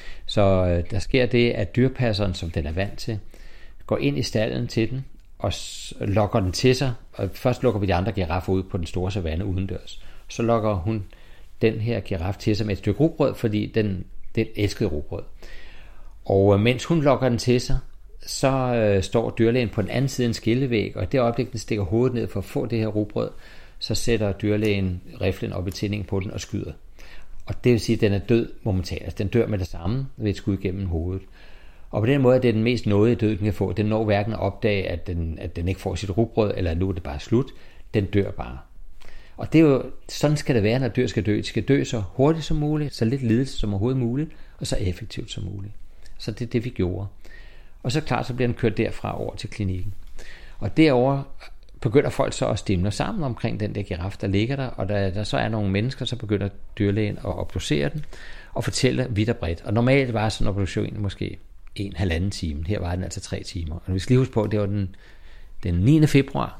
B: Så øh, der sker det, at dyrpasseren, som den er vant til, går ind i stallen til den, og lokker den til sig, og først lukker vi de andre giraffer ud på den store savanne udendørs. Så lokker hun den her giraf til sig med et stykke rugbrød, fordi den, den elskede rugbrød. Og mens hun lokker den til sig, så øh, står dyrlægen på den anden side af en skillevæg, og i det øjeblik, den stikker hovedet ned for at få det her rugbrød, så sætter dyrlægen riflen op i tændingen på den og skyder. Og det vil sige, at den er død momentant. Altså, den dør med det samme ved et skud gennem hovedet. Og på den måde er det den mest nådige død, den kan få. Den når hverken at opdage, at den, at den ikke får sit rugbrød, eller at nu er det bare slut. Den dør bare. Og det er jo, sådan skal det være, når dyr skal dø. De skal dø så hurtigt som muligt, så lidt lidelse som overhovedet muligt, og så effektivt som muligt. Så det er det, vi gjorde. Og så klart, så bliver den kørt derfra over til klinikken. Og derover begynder folk så at stimle sammen omkring den der giraf, der ligger der, og da der så er nogle mennesker, så begynder dyrlægen at obducere den, og fortælle vidt og bredt. Og normalt var sådan en obduktion måske en halvanden time. Her var den altså tre timer. Og vi skal lige huske på, at det var den, den niende februar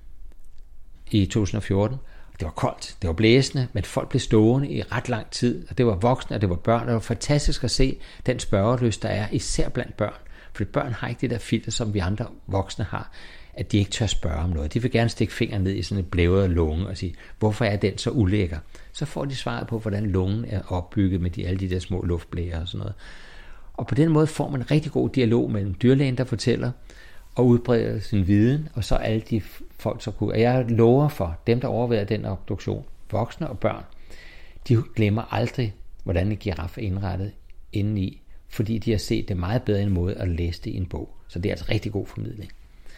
B: i to tusind og fjorten. Det var koldt, det var blæsende, men folk blev stående i ret lang tid, og det var voksne, og det var børn, og det var fantastisk at se den spørgelyst, der er, især blandt børn. For børn har ikke det der filter, som vi andre voksne har, at de ikke tør spørge om noget. De vil gerne stikke fingeren ned i sådan en blævret lunge og sige, hvorfor er den så ulækker? Så får de svaret på, hvordan lungen er opbygget med de, alle de der små luftblærer og sådan noget. Og på den måde får man en rigtig god dialog mellem dyrlægen, der fortæller, og udbreder sin viden, og så alle de folk, så kunne. Og jeg lover for dem, der overvejer den obduktion, voksne og børn, de glemmer aldrig, hvordan en giraf er indrettet indeni, fordi de har set det meget bedre en måde at læse det i en bog. Så det er altså rigtig god formidling.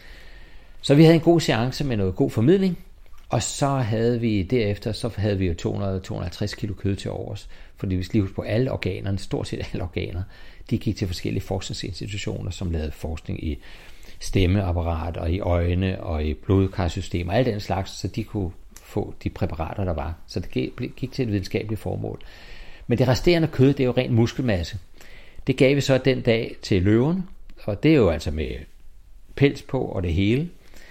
B: Så vi havde en god seance med noget god formidling, og så havde vi derefter, så havde vi jo to hundrede til to hundrede og halvtreds kilo kød til overs, fordi vi skal lige huske på alle organerne, stort set alle organer, de gik til forskellige forskningsinstitutioner, som lavede forskning i stemmeapparat og i øjne og i blodkarsystem og alt den slags, så de kunne få de præparater, der var. Så det gik til et videnskabeligt formål. Men det resterende kød, det er jo ren muskelmasse. Det gav vi så den dag til løverne, og det er jo altså med pels på og det hele.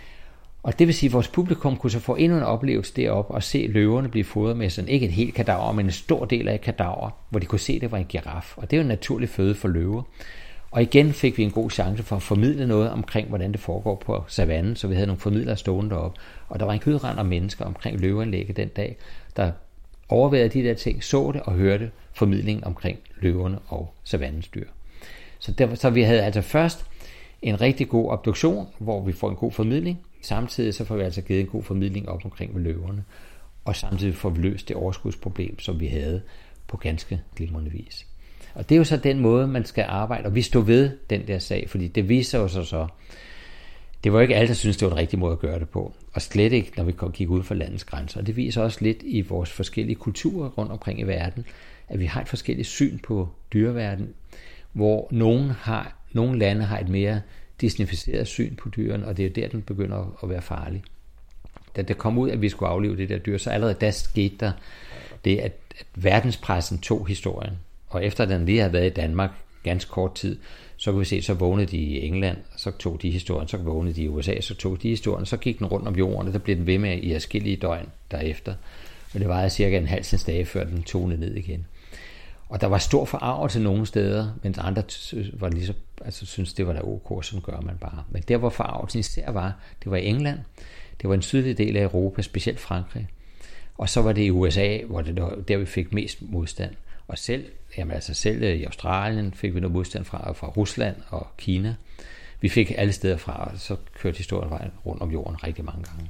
B: Og det vil sige, at vores publikum kunne så få endnu en oplevelse deroppe og se løverne blive fodret med sådan, ikke et helt kadaver, men en stor del af et kadaver, hvor de kunne se, at det var en giraf. Og det er jo en naturlig føde for løver. Og igen fik vi en god chance for at formidle noget omkring, hvordan det foregår på savannen, så vi havde nogle formidlere stående deroppe. Og der var en kødrand af mennesker omkring løveanlægget den dag, der overvejede de der ting, så det og hørte formidlingen omkring løverne og savannens dyr. Så, der, så vi havde altså først en rigtig god obduktion, hvor vi får en god formidling. Samtidig så får vi altså givet en god formidling op omkring med løverne. Og samtidig får vi løst det overskudsproblem, som vi havde på ganske glimrende vis. Og det er jo så den måde, man skal arbejde, og vi stod ved den der sag, fordi det viser jo så så, det var ikke alle, der syntes, det var den rigtige måde at gøre det på, og slet ikke, når vi gik ud for landets grænser. Og det viser også lidt i vores forskellige kulturer rundt omkring i verden, at vi har et forskelligt syn på dyreverden, hvor nogle, har, nogle lande har et mere disnificeret syn på dyrene, og det er jo der, den begynder at være farlig. Da det kom ud, at vi skulle aflive det der dyr, så allerede da skete der det, at, at verdenspressen tog historien. Og efter den lige havde været i Danmark ganske kort tid, så kunne vi se, så vågnede de i England, så tog de historien, så vågnede de i U S A, så tog de historien, så gik den rundt om jorden, og der blev den ved med i adskillige døgn derefter. Og det varede cirka en halv dage, før den tonede ned igen. Og der var stor forarvelse nogle steder, mens andre var lige så, altså, synes, det var der ok, som gør man bare. Men der, hvor forarvelsen især var, det var i England, det var en sydlig del af Europa, specielt Frankrig. Og så var det i U S A, hvor det der vi fik mest modstand. Og selv, jamen altså selv i Australien fik vi noget modstand fra, fra Rusland og Kina. Vi fik alle steder fra, og så kørte historien rundt om jorden rigtig mange gange.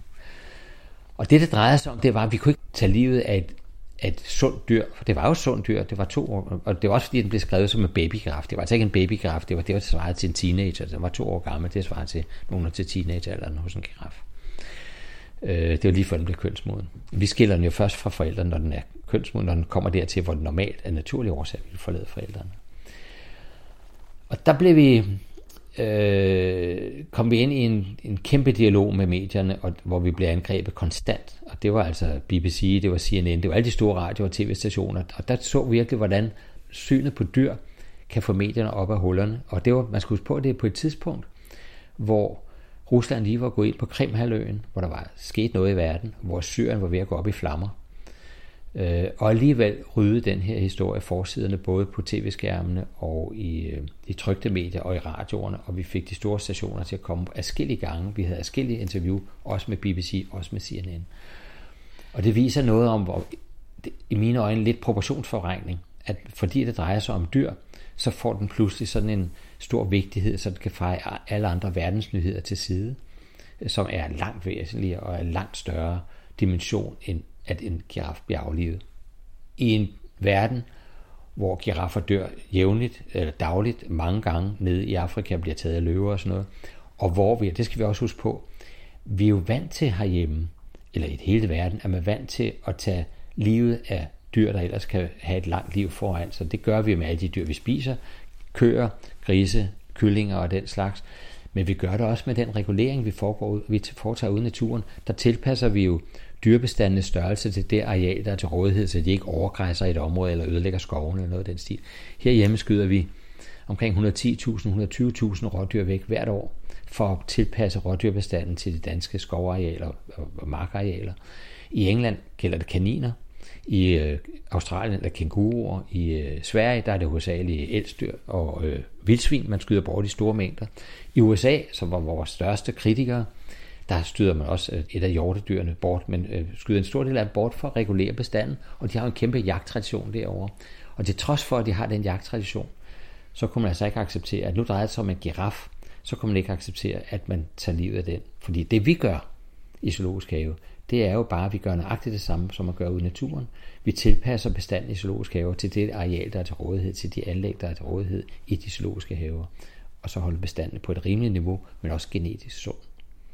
B: Og det, det drejede sig om, det var, at vi kunne ikke tage livet af et, af et sundt dyr. For det var jo et sundt dyr, det var to år, og det var også fordi, den blev skrevet som en babygiraf. Det var altså ikke en babygiraf, det var det, der svarede til en teenager. Den var to år gammel, det svarede til nogen til teenagealderen hos en giraf. Det var lige før den blev kønsmoden. Vi skiller den jo først fra forældrene, når den er kønsmoden, når den kommer dertil, hvor den normalt er naturlig årsag, vil forlade forældrene. Og der blev vi, øh, kom vi ind i en, en kæmpe dialog med medierne, og, hvor vi blev angrebet konstant. Og det var altså B B C, det var C N N, det var alle de store radio- og tv-stationer. Og der så virkelig, hvordan synet på dyr kan få medierne op af hullerne. Og det var, man skulle huske på, at det er på et tidspunkt, hvor Rusland lige var gået ind på Krimhalvøen, hvor der var sket noget i verden, hvor Syrien var ved at gå op i flammer. Øh, og alligevel rydde den her historie forsiderne både på tv-skærmene og i, i trykte medier og i radioerne, og vi fik de store stationer til at komme adskillige gange. Vi havde adskillige interview, også med B B C, også med C N N. Og det viser noget om, hvor, i mine øjne, lidt proportionsforregning, at fordi det drejer sig om dyr, så får den pludselig sådan en stor vigtighed, så den kan feje alle andre verdensnyheder til side, som er langt væsentligere og er langt større dimension, end at en giraf bliver aflivet. I en verden, hvor giraffer dør jævnligt eller dagligt mange gange nede i Afrika, bliver taget af løver og sådan noget, og hvor vi, det skal vi også huske på, vi er jo vant til herhjemme, eller i hele verden, er man vant til at tage livet af dyr, der ellers kan have et langt liv foran. Så det gør vi med alle de dyr, vi spiser. Køer, grise, kyllinger og den slags. Men vi gør det også med den regulering, vi, foregår, vi foretager ude i naturen. Der tilpasser vi jo dyrebestandenes størrelse til det areal, der er til rådighed, så de ikke overgræsser et område eller ødelægger skoven eller noget af den stil. Herhjemme skyder vi omkring et hundrede og ti tusind til et hundrede og tyve tusind rådyr væk hvert år, for at tilpasse rådyrbestanden til de danske skovarealer og markarealer. I England gælder det kaniner, i øh, Australien er det kænguruer, i øh, Sverige der er det hovedsageligt elsdyr og øh, vildsvin, man skyder bort i store mængder. I U S A, som var vores største kritikere, der skyder man også et af hjortedyrene bort, men øh, skyder en stor del af dem bort for at regulere bestanden, og de har en kæmpe jagttradition derovre. Og til trods for, at de har den jagttradition, så kunne man altså ikke acceptere, at nu drejer det sig om en giraf, så kunne man ikke acceptere, at man tager livet af den. Fordi det vi gør i zoologisk have, det er jo bare, at vi gør nøjagtigt det samme, som man gør ude i naturen. Vi tilpasser bestanden i zoologiske haver til det areal, der er til rådighed, til de anlæg, der er til rådighed i de zoologiske haver. Og så holde bestanden på et rimeligt niveau, men også genetisk sund.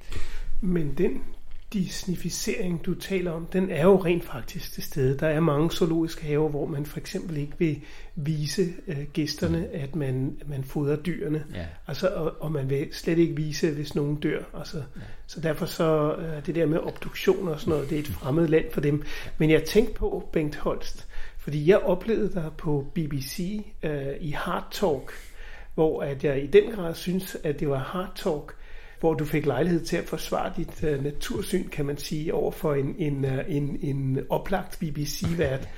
A: Men den disnificering, du taler om, den er jo rent faktisk til stede. Der er mange zoologiske haver, hvor man for eksempel ikke vil vise øh, gæsterne, at man, man fodrer dyrene. Ja. Altså, og, og man vil slet ikke vise, hvis nogen dør. Altså, ja. Så derfor så øh, det der med obduktioner og sådan noget, det er et fremmed land for dem. Men jeg tænkte på, Bengt Holst, fordi jeg oplevede dig på B B C øh, i Hard Talk, hvor at jeg i den grad synes, at det var Hard Talk, hvor du fik lejlighed til at forsvare dit uh, natursyn, kan man sige, over for en, en, uh, en, en oplagt B B C-vært.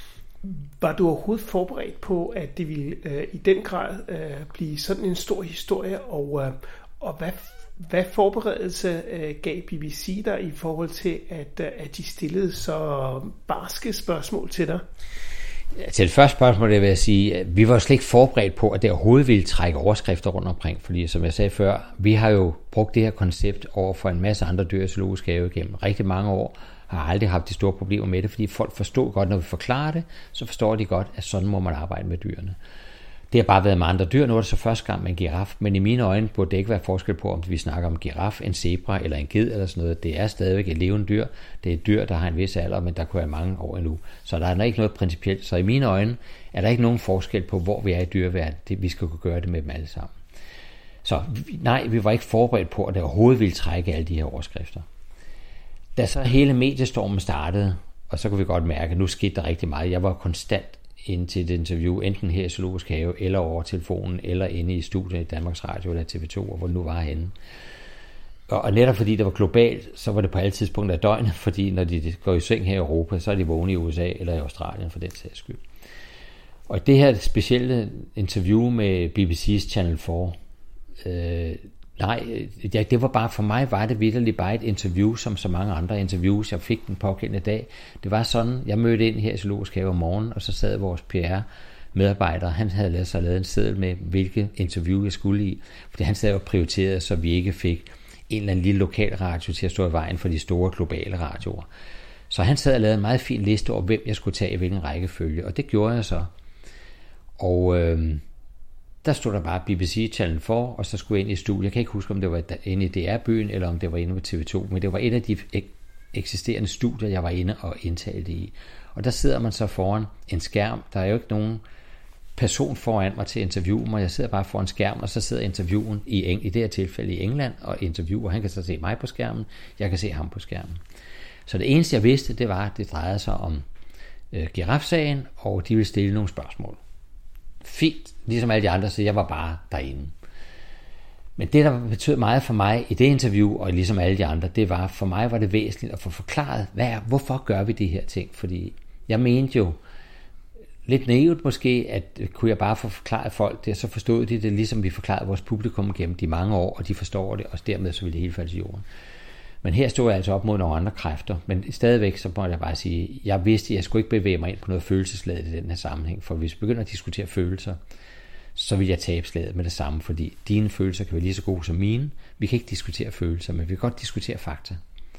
A: Var du overhovedet forberedt på, at det ville uh, i den grad uh, blive sådan en stor historie, og, uh, og hvad, hvad forberedelse uh, gav B B C dig i forhold til, at, uh, at de stillede så barske spørgsmål til dig?
B: Til det første spørgsmål vil jeg sige, at vi var slet ikke forberedt på, at det overhovedet ville trække overskrifter rundt omkring, fordi som jeg sagde før, vi har jo brugt det her koncept over for en masse andre dyr i zoologisk have gennem rigtig mange år, har aldrig haft de store problemer med det, fordi folk forstår godt, når vi forklarer det, så forstår de godt, at sådan må man arbejde med dyrene. Det har bare været med andre dyr, nu er det så første gang med en giraf, men i mine øjne burde det ikke være forskel på, om vi snakker om en giraf, en zebra eller en ged eller sådan noget. Det er stadigvæk et levende dyr. Det er et dyr, der har en vis alder, men der kunne være mange år endnu. Så der er ikke noget principielt. Så i mine øjne er der ikke nogen forskel på, hvor vi er i dyreverdenen. Vi skal kunne gøre det med dem alle sammen. Så nej, vi var ikke forberedt på, at det overhovedet ville trække alle de her overskrifter. Da så hele mediestormen startede, og så kunne vi godt mærke, at nu skete der rigtig meget. Jeg var konstant ind til et interview, enten her i Zoologisk Have, eller over telefonen, eller inde i studiet i Danmarks Radio eller T V to, hvor det nu var henne. Og, og netop fordi det var globalt, så var det på alle tidspunkter af døgnet, fordi når de går i seng her i Europa, så er de vågne i U S A eller i Australien for den sags skyld. Og det her specielle interview med B B C's Channel fire, øh, nej, ja, det var bare, for mig var det vitterligt bare et interview, som så mange andre interviews, jeg fik den pågældende dag. Det var sådan, jeg mødte ind her i Zoologisk Have om morgenen, og så sad vores P R-medarbejder, han havde lavet sig lavet en seddel med, hvilke interview jeg skulle i, fordi han sad og prioriterede, så vi ikke fik en eller anden lille lokal radio til at stå i vejen for de store globale radioer. Så han sad og lavede en meget fin liste over, hvem jeg skulle tage i hvilken rækkefølge, og det gjorde jeg så. Og øh, der stod der bare B B C Channel fire, og så skulle jeg ind i studiet. Jeg kan ikke huske, om det var inde i D R-byen, eller om det var inde på T V to, men det var et af de eksisterende studier, jeg var inde og indtalte i. Og der sidder man så foran en skærm. Der er jo ikke nogen person foran mig til at interviewe mig. Jeg sidder bare foran en skærm, og så sidder interviewen i, Eng- i det her tilfælde i England og interviewer. Han kan så se mig på skærmen, jeg kan se ham på skærmen. Så det eneste, jeg vidste, det var, at det drejede sig om øh, girafsagen, og de ville stille nogle spørgsmål. Fint, ligesom alle de andre, så jeg var bare derinde. Men det, der betød meget for mig i det interview, og ligesom alle de andre, det var, for mig var det væsentligt at få forklaret, hvad er, hvorfor gør vi de her ting? Fordi jeg mente jo, lidt naivt måske, at kunne jeg bare få forklaret folk det, så forstod de det, ligesom vi forklarede vores publikum gennem de mange år, og de forstår det, og dermed så ville det hele falde til jorden. Men her stod jeg altså op mod nogle andre kræfter, men stadigvæk så må jeg bare sige, jeg vidste, at jeg skulle ikke bevæge mig ind på noget følelsesladet i den her sammenhæng, for hvis vi begynder at diskutere følelser, så vil jeg tabe slaget med det samme, fordi dine følelser kan være lige så gode som mine. Vi kan ikke diskutere følelser, men vi kan godt diskutere fakta.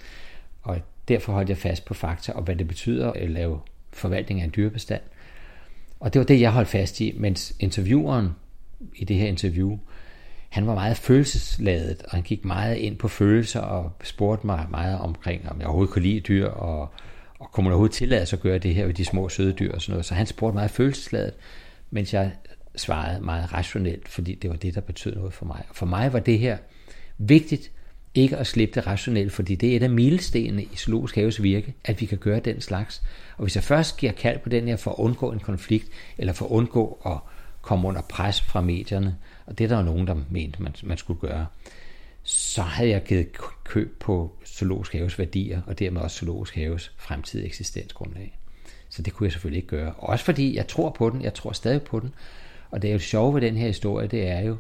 B: Og derfor holdt jeg fast på fakta, og hvad det betyder at lave forvaltning af en dyrebestand. Og det var det, jeg holdt fast i, mens intervieweren i det her interview, han var meget følelsesladet, og han gik meget ind på følelser, og spurgte mig meget omkring, om jeg overhovedet kunne lide dyr, og, og kunne man overhovedet tillade sig at gøre det her ved de små søde dyr og sådan noget. Så han spurgte meget følelsesladet, mens jeg svarede meget rationelt, fordi det var det, der betød noget for mig. Og for mig var det her vigtigt, ikke at slippe det rationelt, fordi det er et af milestenene i Zoologisk Haves virke, at vi kan gøre den slags. Og hvis jeg først giver kald på den her for at undgå en konflikt, eller for at undgå at komme under pres fra medierne, og det er der jo nogen, der mente, man, man skulle gøre, så havde jeg givet køb på Zoologisk Haves værdier, og dermed også Zoologisk Haves fremtidige eksistensgrundlag. Så det kunne jeg selvfølgelig ikke gøre. Også fordi jeg tror på den, jeg tror stadig på den, og det er jo sjovt ved den her historie, det er jo,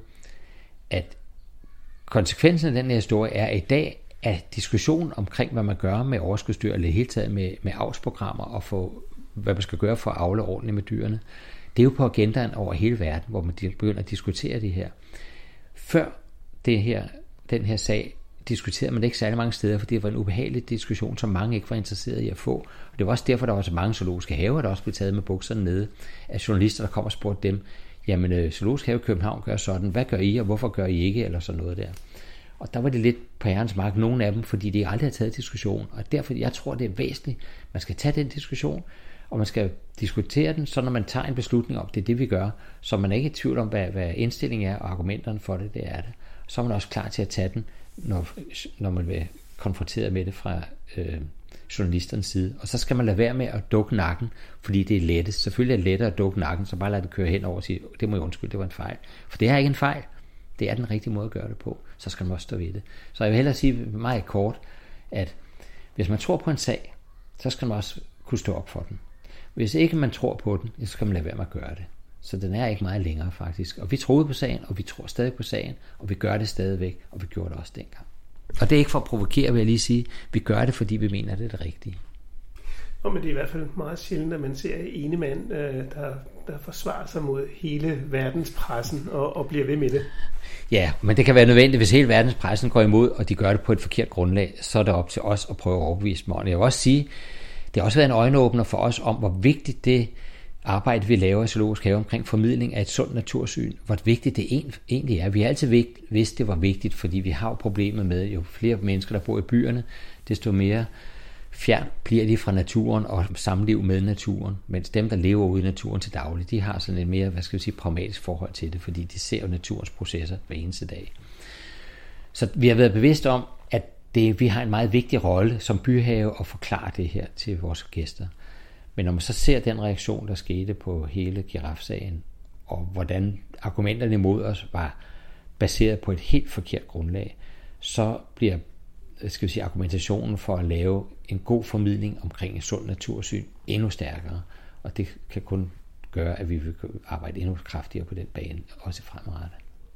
B: at konsekvensen af den her historie er i dag, at diskussionen omkring, hvad man gør med overskudsdyr, eller hele taget med, med avlsprogrammer, og for, hvad man skal gøre for at avle ordentligt med dyrene, det er jo på agendaen over hele verden, hvor man begynder at diskutere det her. Før det her, den her sag diskuterede man det ikke særlig mange steder, fordi det var en ubehagelig diskussion, som mange ikke var interesseret i at få. Og det var også derfor, der var så mange zoologiske haver, der også blev taget med bukserne nede af journalister, der kom og spurgte dem, jamen Zoologisk Have i København gør sådan, hvad gør I, og hvorfor gør I ikke, eller sådan noget der. Og der var det lidt på herrens mark, nogle af dem, fordi de aldrig har taget diskussion, og derfor, jeg tror, det er væsentligt, man skal tage den diskussion, og man skal diskutere den, så når man tager en beslutning om, det er det, vi gør, så man er ikke i tvivl om, hvad, hvad indstillingen er, og argumenterne for det, det er det. Så er man også klar til at tage den, når, når man vil konfronteret med det fra øh, journalisternes side. Og så skal man lade være med at dukke nakken, fordi det er lettest. Selvfølgelig er det lettere at dukke nakken, så bare lade det køre hen over og sige, det må jeg undskylde, det var en fejl. For det er ikke en fejl. Det er den rigtige måde at gøre det på. Så skal man også stå ved det. Så jeg vil hellere sige meget kort, at hvis man tror på en sag, så skal man også kunne stå op for den. Hvis ikke man tror på den, så skal man lade være med at gøre det. Så den er ikke meget længere faktisk. Og vi troede på sagen, og vi tror stadig på sagen, og vi gør det stadigvæk, og vi gjorde det også dengang. Og det er ikke for at provokere, vil jeg lige sige. Vi gør det, fordi vi mener, det er det rigtige.
A: Og men det er i hvert fald meget sjældent, at man ser en ene mand, der, der forsvarer sig mod hele verdenspressen og, og bliver ved med det.
B: Ja, men det kan være nødvendigt, hvis hele verdenspressen går imod, og de gør det på et forkert grundlag, så er det op til os at prøve at overbevise dem. Og jeg vil også sige, det har også været en øjenåbner for os om, hvor vigtigt det arbejde, vi laver i Zoologisk Have omkring formidling af et sundt natursyn, hvor vigtigt det egentlig er. Vi har altid vidst, det var vigtigt, fordi vi har jo problemer med, jo flere mennesker, der bor i byerne, desto mere fjern bliver de fra naturen og samliv med naturen, mens dem, der lever ude i naturen til daglig, de har sådan et mere, hvad skal vi sige, pragmatisk forhold til det, fordi de ser jo naturens processer hver eneste dag. Så vi har været bevidst om, at det, vi har en meget vigtig rolle som byhave at forklare det her til vores gæster. Men når man så ser den reaktion, der skete på hele girafsagen, og hvordan argumenterne imod os var baseret på et helt forkert grundlag, så bliver, skal vi sige, argumentationen for at lave en god formidling omkring et sundt natursyn endnu stærkere. Og det kan kun gøre, at vi vil arbejde endnu kraftigere på den bane, også fremadrettet.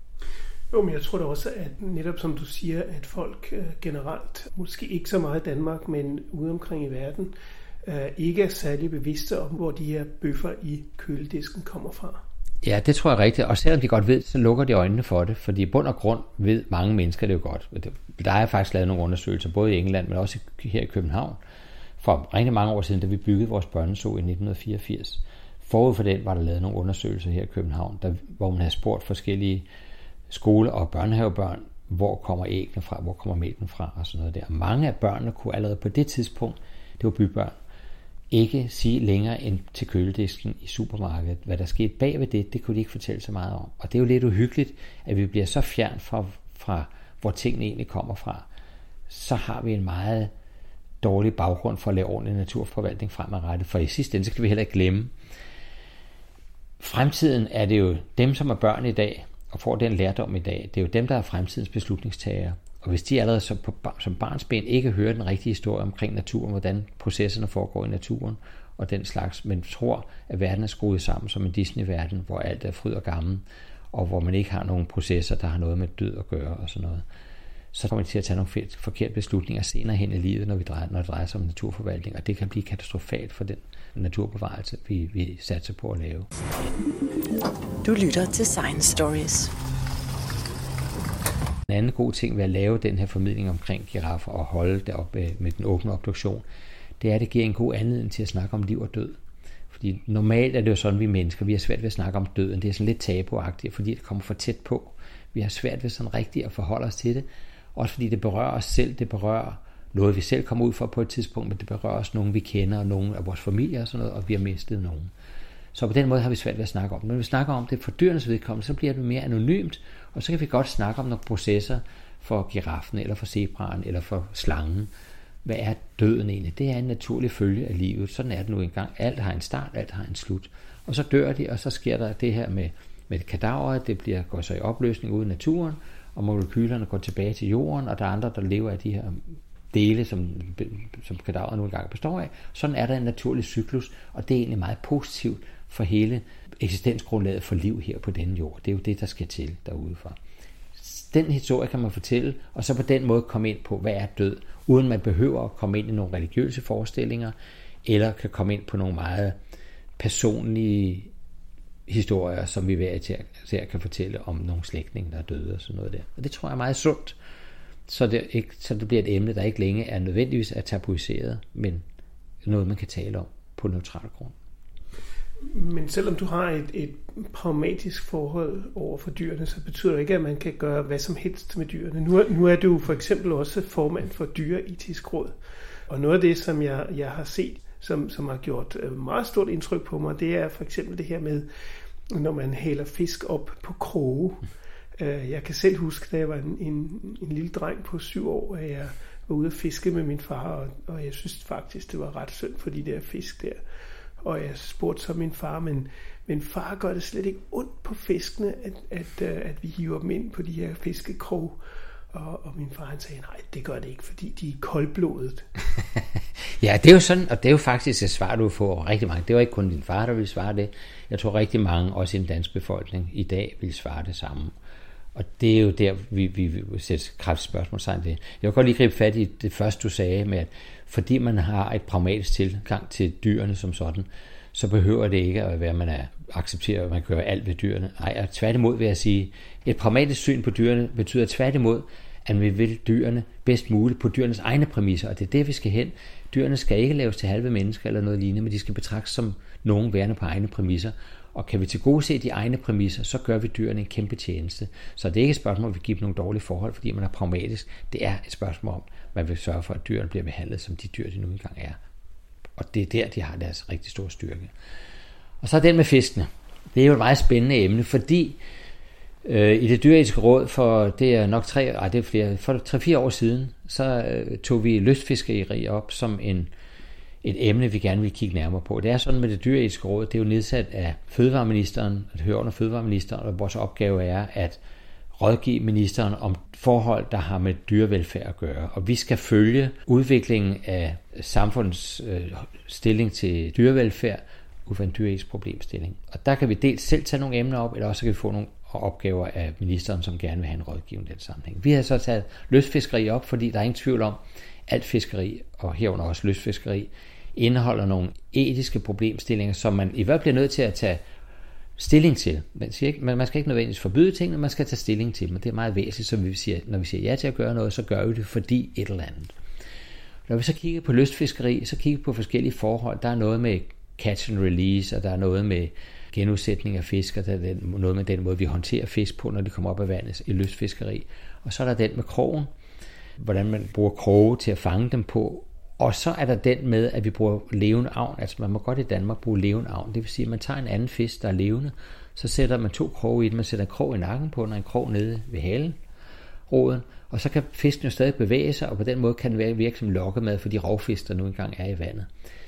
A: Jo, men jeg tror da også, at netop som du siger, at folk generelt, måske ikke så meget i Danmark, men ude omkring i verden, ikke er særlig bevidste om, hvor de her bøffer i køledisken kommer fra.
B: Ja, det tror jeg rigtigt. Og selvom de godt ved, så lukker de øjnene for det. Fordi i bund og grund ved mange mennesker det jo godt. Der er faktisk lavet nogle undersøgelser, både i England, men også her i København. For rigtig mange år siden, da vi byggede vores børnezoo i nitten fireogfirs. Forud for den var der lavet nogle undersøgelser her i København, der, hvor man havde spurgt forskellige skole- og børnehavebørn, hvor kommer æggene fra, hvor kommer mælken fra og sådan noget der. Mange af børnene kunne allerede på det tidspunkt, det var bybørn, ikke sige længere end til køledisken i supermarkedet. Hvad der skete bag ved det, det kunne de ikke fortælle så meget om. Og det er jo lidt uhyggeligt, at vi bliver så fjern fra, fra hvor tingene egentlig kommer fra. Så har vi en meget dårlig baggrund for at lave ordentlig naturforvaltning fremadrettet. For i sidste ende, så kan vi heller ikke glemme. Fremtiden er det jo dem, som er børn i dag, og får den lærdom i dag. Det er jo dem, der er fremtidens beslutningstagere. Og hvis de allerede som, på, som barnsben ikke hører den rigtige historie omkring naturen, hvordan processerne foregår i naturen og den slags, men tror, at verden er skruet sammen som en Disney-verden, hvor alt er fryd og gammel, og hvor man ikke har nogen processer, der har noget med død at gøre og sådan noget, så kommer de til at tage nogle forkerte beslutninger senere hen i livet, når, vi drejer, når det drejer sig om naturforvaltning, og det kan blive katastrofalt for den naturbevarelse, vi, vi satser på at lave.
C: Du lytter til Science Stories.
B: En anden god ting ved at lave den her formidling omkring giraffer og holde det op med, med den åbne obduktion, det er, at det giver en god anledning til at snakke om liv og død. Fordi normalt er det jo sådan, vi mennesker, vi har svært ved at snakke om døden. Det er sådan lidt tabuagtigt, fordi det kommer for tæt på. Vi har svært ved sådan rigtigt at forholde os til det. Også fordi det berører os selv, det berører noget, vi selv kommer ud for på et tidspunkt, men det berører også nogen, vi kender, og nogen af vores familie og sådan noget, og vi har mistet nogen. Så på den måde har vi svært ved at snakke om det. Når vi snakker om det for dyrenes vedkommende, så bliver det mere anonymt, og så kan vi godt snakke om nogle processer for giraffen, eller for zebraen, eller for slangen. Hvad er døden egentlig? Det er en naturlig følge af livet. Sådan er det nu engang. Alt har en start, alt har en slut. Og så dør de, og så sker der det her med, med kadaver, det bliver, går så i opløsning ude i naturen, og molekylerne går tilbage til jorden, og der er andre, der lever af de her dele, som, som kadaver nu engang består af. Sådan er der en naturlig cyklus, og det er egentlig meget positivt for hele eksistensgrundlaget for liv her på denne jord. Det er jo det, der skal til derudefra. Den historie kan man fortælle, og så på den måde komme ind på, hvad er død, uden man behøver at komme ind i nogle religiøse forestillinger, eller kan komme ind på nogle meget personlige historier, som vi hver især kan fortælle om nogle slægtninge, der er døde og sådan noget der. Og det tror jeg er meget sundt, så det, ikke, så det bliver et emne, der ikke længe er nødvendigvis er tabuiseret, men noget, man kan tale om på neutral grund.
A: Men selvom du har et, et pragmatisk forhold over for dyrene, så betyder det ikke, at man kan gøre hvad som helst med dyrene. Nu er, nu er du for eksempel også formand for Dyreetisk Råd. Og noget af det, som jeg, jeg har set, som, som har gjort meget stort indtryk på mig, det er for eksempel det her med, når man hælder fisk op på kroge. Jeg kan selv huske, da jeg var en, en, en lille dreng på syv år, at jeg var ude at fiske med min far, og, og jeg synes faktisk, det var ret synd for de der fisk der. Og jeg spurgte så min far, men, men far, gør det slet ikke ondt på fiskene, at, at, at vi hiver dem ind på de her fiskekrog? Og, og min far han sagde, nej, det gør det ikke, fordi de er koldblodet.
B: Ja, det er jo sådan, og det er jo faktisk et svar, du får rigtig mange. Det var ikke kun din far, der ville svare det. Jeg tror rigtig mange, også i den danske befolkning, i dag vil svare det samme. Og det er jo der, vi, vi, vi sætter kraftigt spørgsmålstegn det. Jeg vil godt lige gribe fat i det første, du sagde, med at fordi man har et pragmatisk tilgang til dyrene som sådan, så behøver det ikke at være, at man er accepterer, at man gør alt ved dyrene. Nej, og tværtimod vil jeg sige, et pragmatisk syn på dyrene betyder tværtimod, at vi vil dyrene bedst muligt på dyrenes egne præmisser, og det er det, vi skal hen. Dyrene skal ikke laves til halve mennesker eller noget lignende, men de skal betragtes som nogen værende på egne præmisser. Og kan vi tilgodese de egne præmisser, så gør vi dyrene en kæmpe tjeneste. Så det er ikke et spørgsmål, at vi giver dem nogle dårlige forhold, fordi man er pragmatisk. Det er et spørgsmål om, at man vil sørge for, at dyrene bliver behandlet, som de dyr, de nu engang er. Og det er der, de har deres rigtig store styrke. Og så den med fiskene. Det er jo et meget spændende emne, fordi øh, i det Dyreetiske Råd for, det er nok tre, ej, det er flere, for tre-fire år siden, så øh, tog vi lystfiskeri op som en et emne, vi gerne vil kigge nærmere på. Det er sådan med det Dyreetiske Råd, det er jo nedsat af Fødevareministeren, og det hører under Fødevareministeren, og vores opgave er at rådgive ministeren om forhold, der har med dyrevelfærd at gøre. Og vi skal følge udviklingen af samfundets øh, stilling til dyrevelfærd ud fra en dyreetisk problemstilling. Og der kan vi dels selv tage nogle emner op, eller også kan vi få nogle opgaver af ministeren, som gerne vil have en rådgivning i den sammenhæng. Vi har så taget lystfiskeri op, fordi der er ingen tvivl om, alt fiskeri, og herunder også lystfiskeri, indeholder nogle etiske problemstillinger, som man i hvert fald bliver nødt til at tage stilling til. Man, siger ikke, man skal ikke nødvendigvis forbyde tingene, man skal tage stilling til dem, og det er meget væsentligt, som vi siger, når vi siger ja til at gøre noget, så gør vi det fordi et eller andet. Når vi så kigger på lystfiskeri, så kigger vi på forskellige forhold. Der er noget med catch and release, og der er noget med genudsætning af fisk, og der er noget med den måde, vi håndterer fisk på, når de kommer op af vandet i lystfiskeri. Og så er der den med krogen, hvordan man bruger kroge til at fange dem på. Og så er der den med, at vi bruger levende avn. Altså man må godt i Danmark bruge levende avn. Det vil sige, at man tager en anden fisk, der er levende, så sætter man to kroge i den. Man sætter en krog i nakken på den, og en krog nede ved halen, roden. Og så kan fisken jo stadig bevæge sig, og på den måde kan den virke som lokkemad for de rovfisk, der nu engang er i vandet.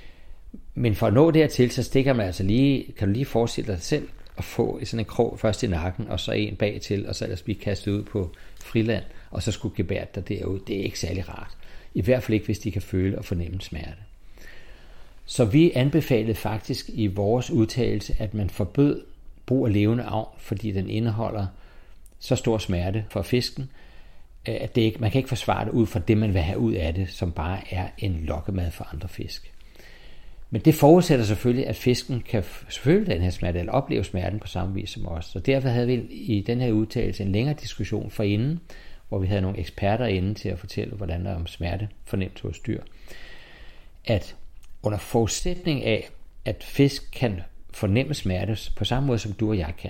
B: Men for at nå dertil, så stikker man altså lige, kan du lige forestille dig selv at få sådan en krog først i nakken, og så en bag til, og så ellers blive kastet ud på friland, og så skulle gebære dig derude. Det er ikke særlig rart. I hvert fald ikke, hvis de kan føle og fornemme smerte. Så vi anbefalede faktisk i vores udtalelse, at man forbød brug af levende avn, fordi den indeholder så stor smerte for fisken, at det ikke, man kan ikke forsvare det ud fra det, man vil have ud af det, som bare er en lokkemad for andre fisk. Men det forudsætter selvfølgelig, at fisken kan føle den her smerte, eller opleve smerten på samme vis som os. Så derfor havde vi i den her udtalelse en længere diskussion forinden, hvor vi havde nogle eksperter inde til at fortælle, hvordan der er om smerte fornemt hos dyr. At under forudsætning af, at fisk kan fornemme smerte på samme måde, som du og jeg kan,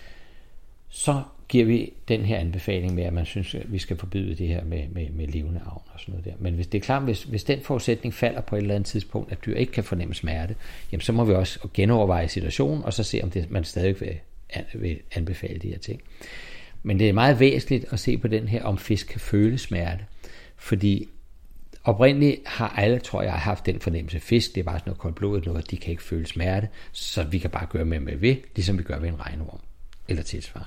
B: så giver vi den her anbefaling med, at man synes, at vi skal forbyde det her med, med, med levende avl og sådan noget der. Men hvis det er klart, hvis, hvis den forudsætning falder på et eller andet tidspunkt, at dyr ikke kan fornemme smerte, jamen så må vi også genoverveje situationen, og så se, om det, man stadig vil, vil anbefale de her ting. Men det er meget væsentligt at se på den her, om fisk kan føle smerte. Fordi oprindeligt har alle, tror jeg, haft den fornemmelse. Fisk, det er bare sådan noget koldblodet noget, de kan ikke føle smerte, så vi kan bare gøre med med ved, ligesom vi gør ved en regnorm eller tilsvarende.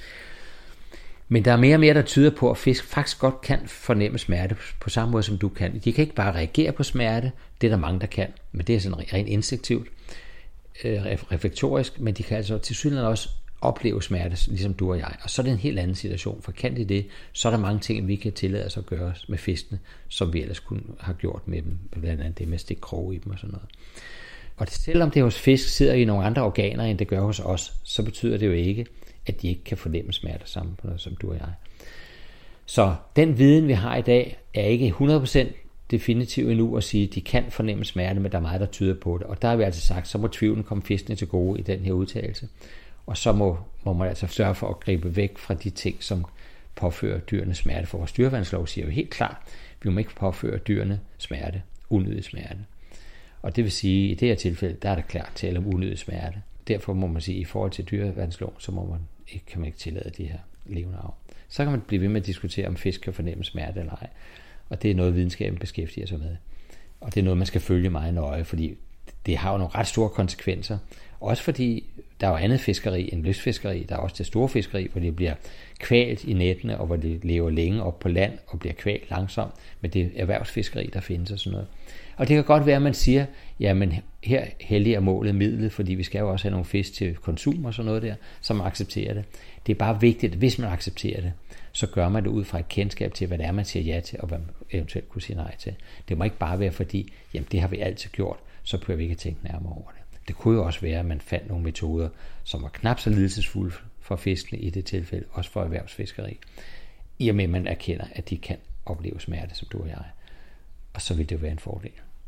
B: Men der er mere og mere, der tyder på, at fisk faktisk godt kan fornemme smerte på samme måde, som du kan. De kan ikke bare reagere på smerte, det er der mange, der kan, men det er sådan rent instinktivt, øh, reflektorisk, men de kan altså til synligheden også opleve smerte, ligesom du og jeg. Og så er det en helt anden situation, for kan de det, så er der mange ting, vi kan tillade os at gøre med fiskene, som vi ellers kunne have gjort med dem, blandt andet det med at stikke kroge i dem og sådan noget. Og det, selvom det hos fisk sidder i nogle andre organer, end det gør hos os, så betyder det jo ikke, at de ikke kan fornemme smerte sammen på noget, som du og jeg. Så den viden, vi har i dag, er ikke hundrede procent definitiv endnu at sige, at de kan fornemme smerte, men der er meget, der tyder på det. Og der har vi altså sagt, så må tvivlen komme fiskene til gode i den her udtalelse. Og så må, må man altså sørge for at gribe væk fra de ting, som påfører dyrene smerte. For vores dyreværnslov siger jo helt klart, at vi må ikke påføre dyrene smerte, unødig smerte. Og det vil sige, at i det her tilfælde, der er der klart tale om unødig smerte. Derfor må man sige, at i forhold til dyreværnslov, så må man ikke, kan man ikke tillade de her levende avl. Så kan man blive ved med at diskutere, om fisk kan fornemme smerte eller ej. Og det er noget, videnskaben beskæftiger sig med. Og det er noget, man skal følge meget nøje, fordi det har jo nogle ret store konsekvenser. Også fordi der er jo andet fiskeri end lystfiskeri. Der er også det store fiskeri, hvor de bliver kvalt i nettene, og hvor de lever længe op på land og bliver kvalt langsomt. Men det er erhvervsfiskeri, der findes og sådan noget. Og det kan godt være, at man siger, jamen her hellig er målet midlet, fordi vi skal jo også have nogle fisk til konsum og sådan noget der, som accepterer det. Det er bare vigtigt, at hvis man accepterer det, så gør man det ud fra et kendskab til, hvad det er, man siger ja til, og hvad man eventuelt kunne sige nej til. Det må ikke bare være fordi, jamen det har vi altid gjort, så behøver vi ikke tænke nærmere over det. Det kunne jo også være, at man fandt nogle metoder, som var knap så lidelsesfulde for fiskene i det tilfælde, også for erhvervsfiskeri, i og med, at man erkender, at de kan opleve smerte, som du og jeg. Og så vil det jo være en fordel.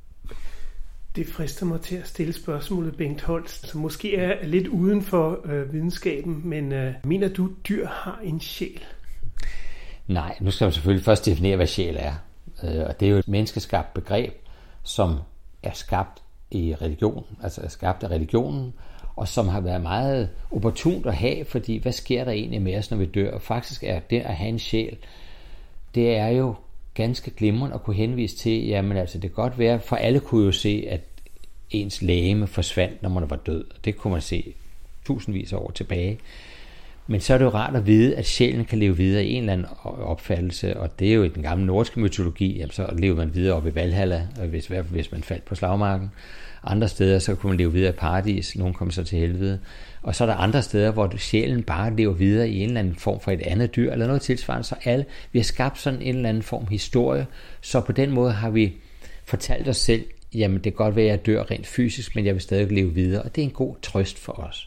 A: Det frister mig til at stille spørgsmålet, Bengt Holst, som måske er lidt uden for øh, videnskaben, men øh, mener du, dyr har en sjæl?
B: Nej, nu skal man selvfølgelig først definere, hvad sjæl er. Øh, og det er jo et menneskeskabt begreb, som er skabt i religion, altså er skabt af religionen, og som har været meget opportunt at have, fordi hvad sker der egentlig med os, når vi dør? Og faktisk er det at have en sjæl, det er jo ganske glimrende at kunne henvise til, jamen altså det kan godt være, for alle kunne jo se, at ens legeme forsvandt, når man var død. Det kunne man se tusindvis af år tilbage. Men så er det jo rart at vide, at sjælen kan leve videre i en eller anden opfattelse, og det er jo i den gamle nordiske mytologi, jamen så lever man videre oppe i Valhalla, hvis, hvis man faldt på slagmarken. Andre steder, så kunne man leve videre i paradis, nogen kom så til helvede. Og så er der andre steder, hvor sjælen bare lever videre i en eller anden form for et andet dyr, eller noget tilsvarende. Så alle, vi har skabt sådan en eller anden form historie, så på den måde har vi fortalt os selv, jamen det kan godt være, at jeg dør rent fysisk, men jeg vil stadig leve videre, og det er en god trøst for os.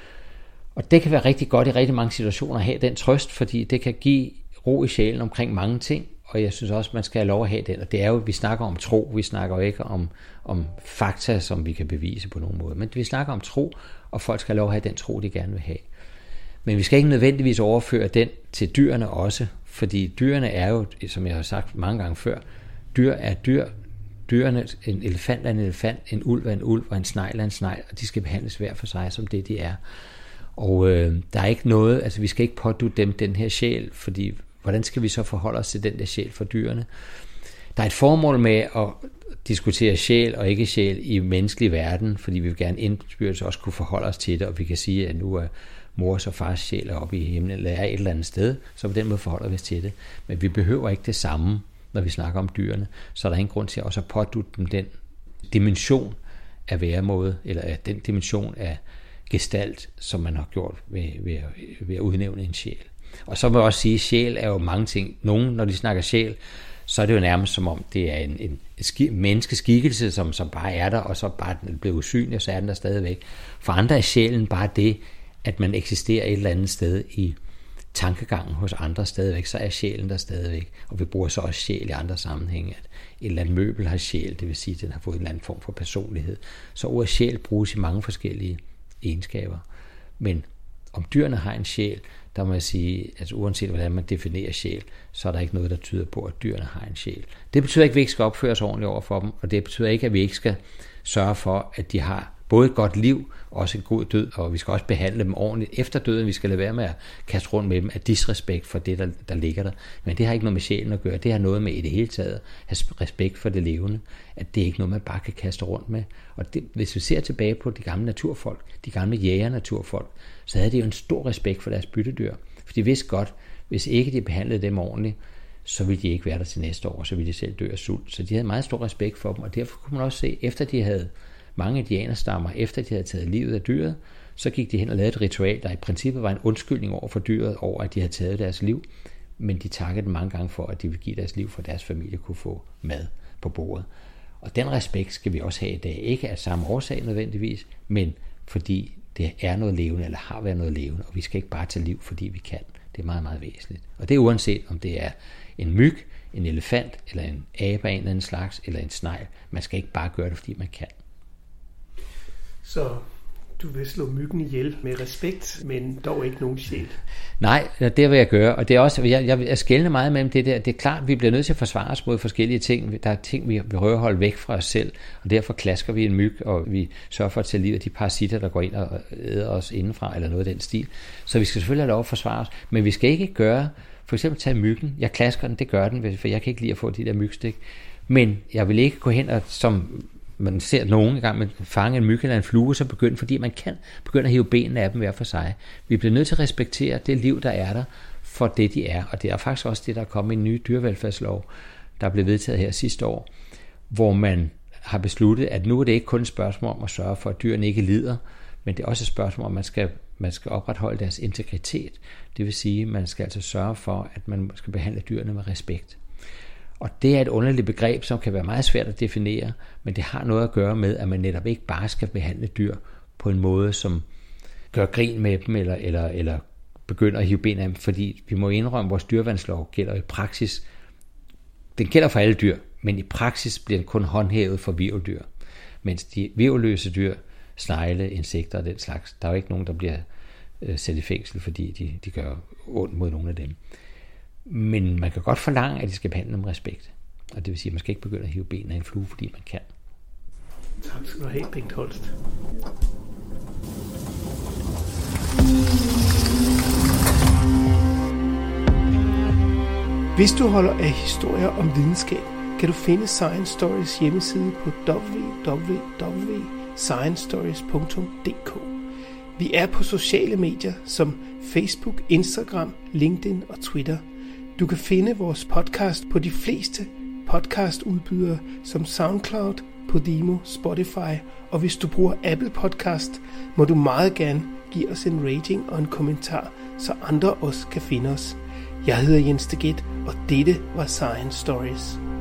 B: Og det kan være rigtig godt i rigtig mange situationer at have den trøst, fordi det kan give ro i sjælen omkring mange ting, og jeg synes også, man skal have lov at have den. Og det er jo, vi snakker om tro, vi snakker jo ikke om, om fakta, som vi kan bevise på nogen måde, men vi snakker om tro, og folk skal have lov at have den tro, de gerne vil have. Men vi skal ikke nødvendigvis overføre den til dyrene også, fordi dyrene er jo, som jeg har sagt mange gange før, dyr er dyr. Dyrene, en elefant er en elefant, en ulv er en ulv, og en snegl er en snegl, og de skal behandles hver for sig, som det de er. Og øh, der er ikke noget, altså vi skal ikke pådutte dem den her sjæl, fordi hvordan skal vi så forholde os til den der sjæl for dyrene? Der er et formål med at diskutere sjæl og ikke sjæl i menneskelig verden, fordi vi vil gerne indbyrdes også kunne forholde os til det, og vi kan sige, at nu er mors og fars sjæl oppe i himlen, eller er et eller andet sted, så på den måde forholder vi os til det. Men vi behøver ikke det samme, når vi snakker om dyrene, så er der ingen grund til også at pådutte dem den dimension af væremåde, eller den dimension af gestalt, som man har gjort ved, ved, ved at udnævne en sjæl. Og så må jeg også sige, at sjæl er jo mange ting. Nogen, når de snakker sjæl, så er det jo nærmest som om, det er en, en ski, menneskeskikkelse, som, som bare er der, og så bare den bliver usynlig, og så er den der stadigvæk. For andre er sjælen bare det, at man eksisterer et eller andet sted i tankegangen hos andre stadigvæk, så er sjælen der stadigvæk. Og vi bruger så også sjæl i andre sammenhænge, at et eller andet møbel har sjæl, det vil sige, at den har fået en eller anden form for personlighed. Så ordet sjæl bruges i mange forskellige egenskaber. Men om dyrene har en sjæl, der må jeg sige, at uanset hvordan man definerer sjæl, så er der ikke noget, der tyder på, at dyrene har en sjæl. Det betyder ikke, at vi ikke skal opføre os ordentligt over for dem, og det betyder ikke, at vi ikke skal sørge for, at de har både et godt liv og også en god død, og vi skal også behandle dem ordentligt efter døden. Vi skal lade være med at kaste rundt med dem af disrespekt for det, der, der ligger der. Men det har ikke noget med sjælen at gøre. Det har noget med i det hele taget at have respekt for det levende. At det er ikke noget, man bare kan kaste rundt med. Og det, hvis vi ser tilbage på de gamle naturfolk, de gamle jæger-naturfolk, så havde de jo en stor respekt for deres byttedyr. For de vidste godt, hvis ikke de behandlede dem ordentligt, så ville de ikke være der til næste år, så ville de selv dø af sult. Så de havde meget stor respekt for dem, og derfor kunne man også se, efter de havde mange indianerstammer, efter de havde taget livet af dyret, så gik de hen og lavede et ritual, der i princippet var en undskyldning over for dyret, over at de havde taget deres liv, men de takkede dem mange gange for, at de ville give deres liv, for at deres familie kunne få mad på bordet. Og den respekt skal vi også have i dag, ikke af samme årsag nødvendigvis, men fordi det er noget levende, eller har været noget levende, og vi skal ikke bare tage liv, fordi vi kan. Det er meget, meget væsentligt. Og det er uanset, om det er en myg, en elefant, eller en abe af en eller anden slags, eller en snegl. Man skal ikke bare gøre det, fordi man kan.
A: Så du vil slå myggen ihjel med respekt, men dog ikke nogen sjæl?
B: Nej, det vil jeg gøre, og det er også, jeg, jeg, jeg skelner meget mellem det der. Det er klart, at vi bliver nødt til at forsvare os mod forskellige ting. Der er ting, vi prøver at holde væk fra os selv, og derfor klasker vi en myg, og vi sørger for at tage livet af de parasitter, der går ind og æder os indenfra, eller noget af den stil. Så vi skal selvfølgelig have lov at forsvare os, men vi skal ikke gøre, for eksempel tage myggen. Jeg klasker den, det gør den, for jeg kan ikke lide at få de der mygstik. Men jeg vil ikke gå hen og, som man ser nogen gang med fange en myg eller en flue, så begynder, fordi man kan begynde at hive benene af dem hver for sig. Vi bliver nødt til at respektere det liv, der er der, for det de er. Og det er faktisk også det, der er kommet i en ny dyrevelfærdslov, der blev vedtaget her sidste år, hvor man har besluttet, at nu er det ikke kun et spørgsmål om at sørge for, at dyrene ikke lider, men det er også et spørgsmål om, at man skal, man skal opretholde deres integritet. Det vil sige, at man skal altså sørge for, at man skal behandle dyrene med respekt. Og det er et underligt begreb, som kan være meget svært at definere, men det har noget at gøre med, at man netop ikke bare skal behandle dyr på en måde, som gør grin med dem, eller, eller, eller begynder at hive ben af dem, fordi vi må indrømme, at vores dyreværnslov gælder i praksis. Den gælder for alle dyr, men i praksis bliver den kun håndhævet for hvirveldyr. Mens de hvirvelløse dyr, snegle, insekter og den slags, der er jo ikke nogen, der bliver øh, sat i fængsel, fordi de, de gør ondt mod nogle af dem. Men man kan godt forlange, at de skal behandle dem med respekt. Og det vil sige, at man skal ikke begynde at hive benene af en flue, fordi man kan.
A: Tak skal du have, Bengt Holst. Hvis du holder af historier om videnskab, kan du finde Science Stories hjemmeside på w w w punktum science stories punktum d k. Vi er på sociale medier som Facebook, Instagram, LinkedIn og Twitter. Du kan finde vores podcast på de fleste podcastudbydere som SoundCloud, Podimo, Spotify, og hvis du bruger Apple Podcast, må du meget gerne give os en rating og en kommentar, så andre også kan finde os. Jeg hedder Jens Deget, og dette var Science Stories.